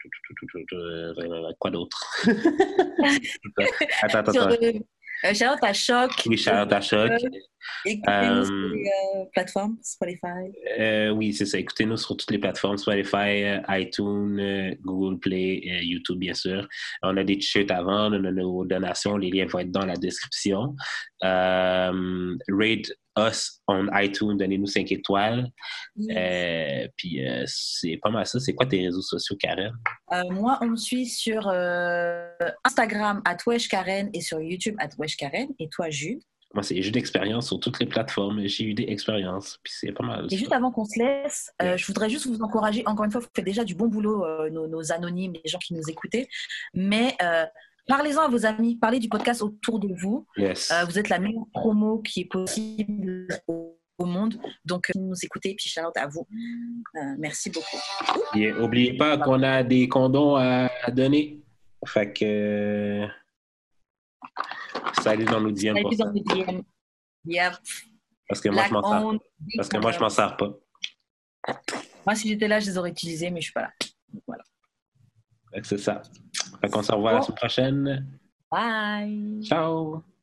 quoi d'autre? Attends, attends, Sur, attends. euh, euh, shout out à Choc. Oui, shout out à Choc. Euh, Écoutez-nous Euh, sur les euh, plateformes, Spotify. Euh, oui, c'est ça. Écoutez-nous sur toutes les plateformes, Spotify, euh, iTunes, euh, Google Play, euh, YouTube, bien sûr. On a des t-shirts à vendre, on a nos donations. Les liens vont être dans la description. Euh, rate us on iTunes, donnez-nous cinq étoiles. Yes. Euh, puis euh, c'est pas mal ça. C'est quoi tes réseaux sociaux, Karen? Euh, moi, on me suit sur euh, Instagram, at weshkaren, et sur YouTube, at weshkaren. Et toi, Jude? Moi, c'est j'ai eu d'expérience sur toutes les plateformes. J'ai eu des expériences. Puis c'est pas mal. Et Ça. juste avant qu'on se laisse, euh, Yeah. je voudrais juste vous encourager. Encore une fois, vous faites déjà du bon boulot, euh, nos, nos anonymes, les gens qui nous écoutaient. Mais euh, parlez-en à vos amis, parlez du podcast autour de vous. Yes. Euh, vous êtes la meilleure promo qui est possible au, au monde. Donc, euh, nous écoutez, puis shout out à vous. Euh, merci beaucoup. Et n'oubliez pas qu'on a des condoms à donner. Fait que. Salut dans nos D M pour ça. Dans les D M. Yep. Parce que moi, je m'en sers. Owned, Parce que moi, je m'en sers pas. Moi, si j'étais là, je les aurais utilisés, mais je suis pas là. Donc, voilà. Fait que c'est ça. Fait qu'on se revoit la semaine prochaine. Bye. Ciao!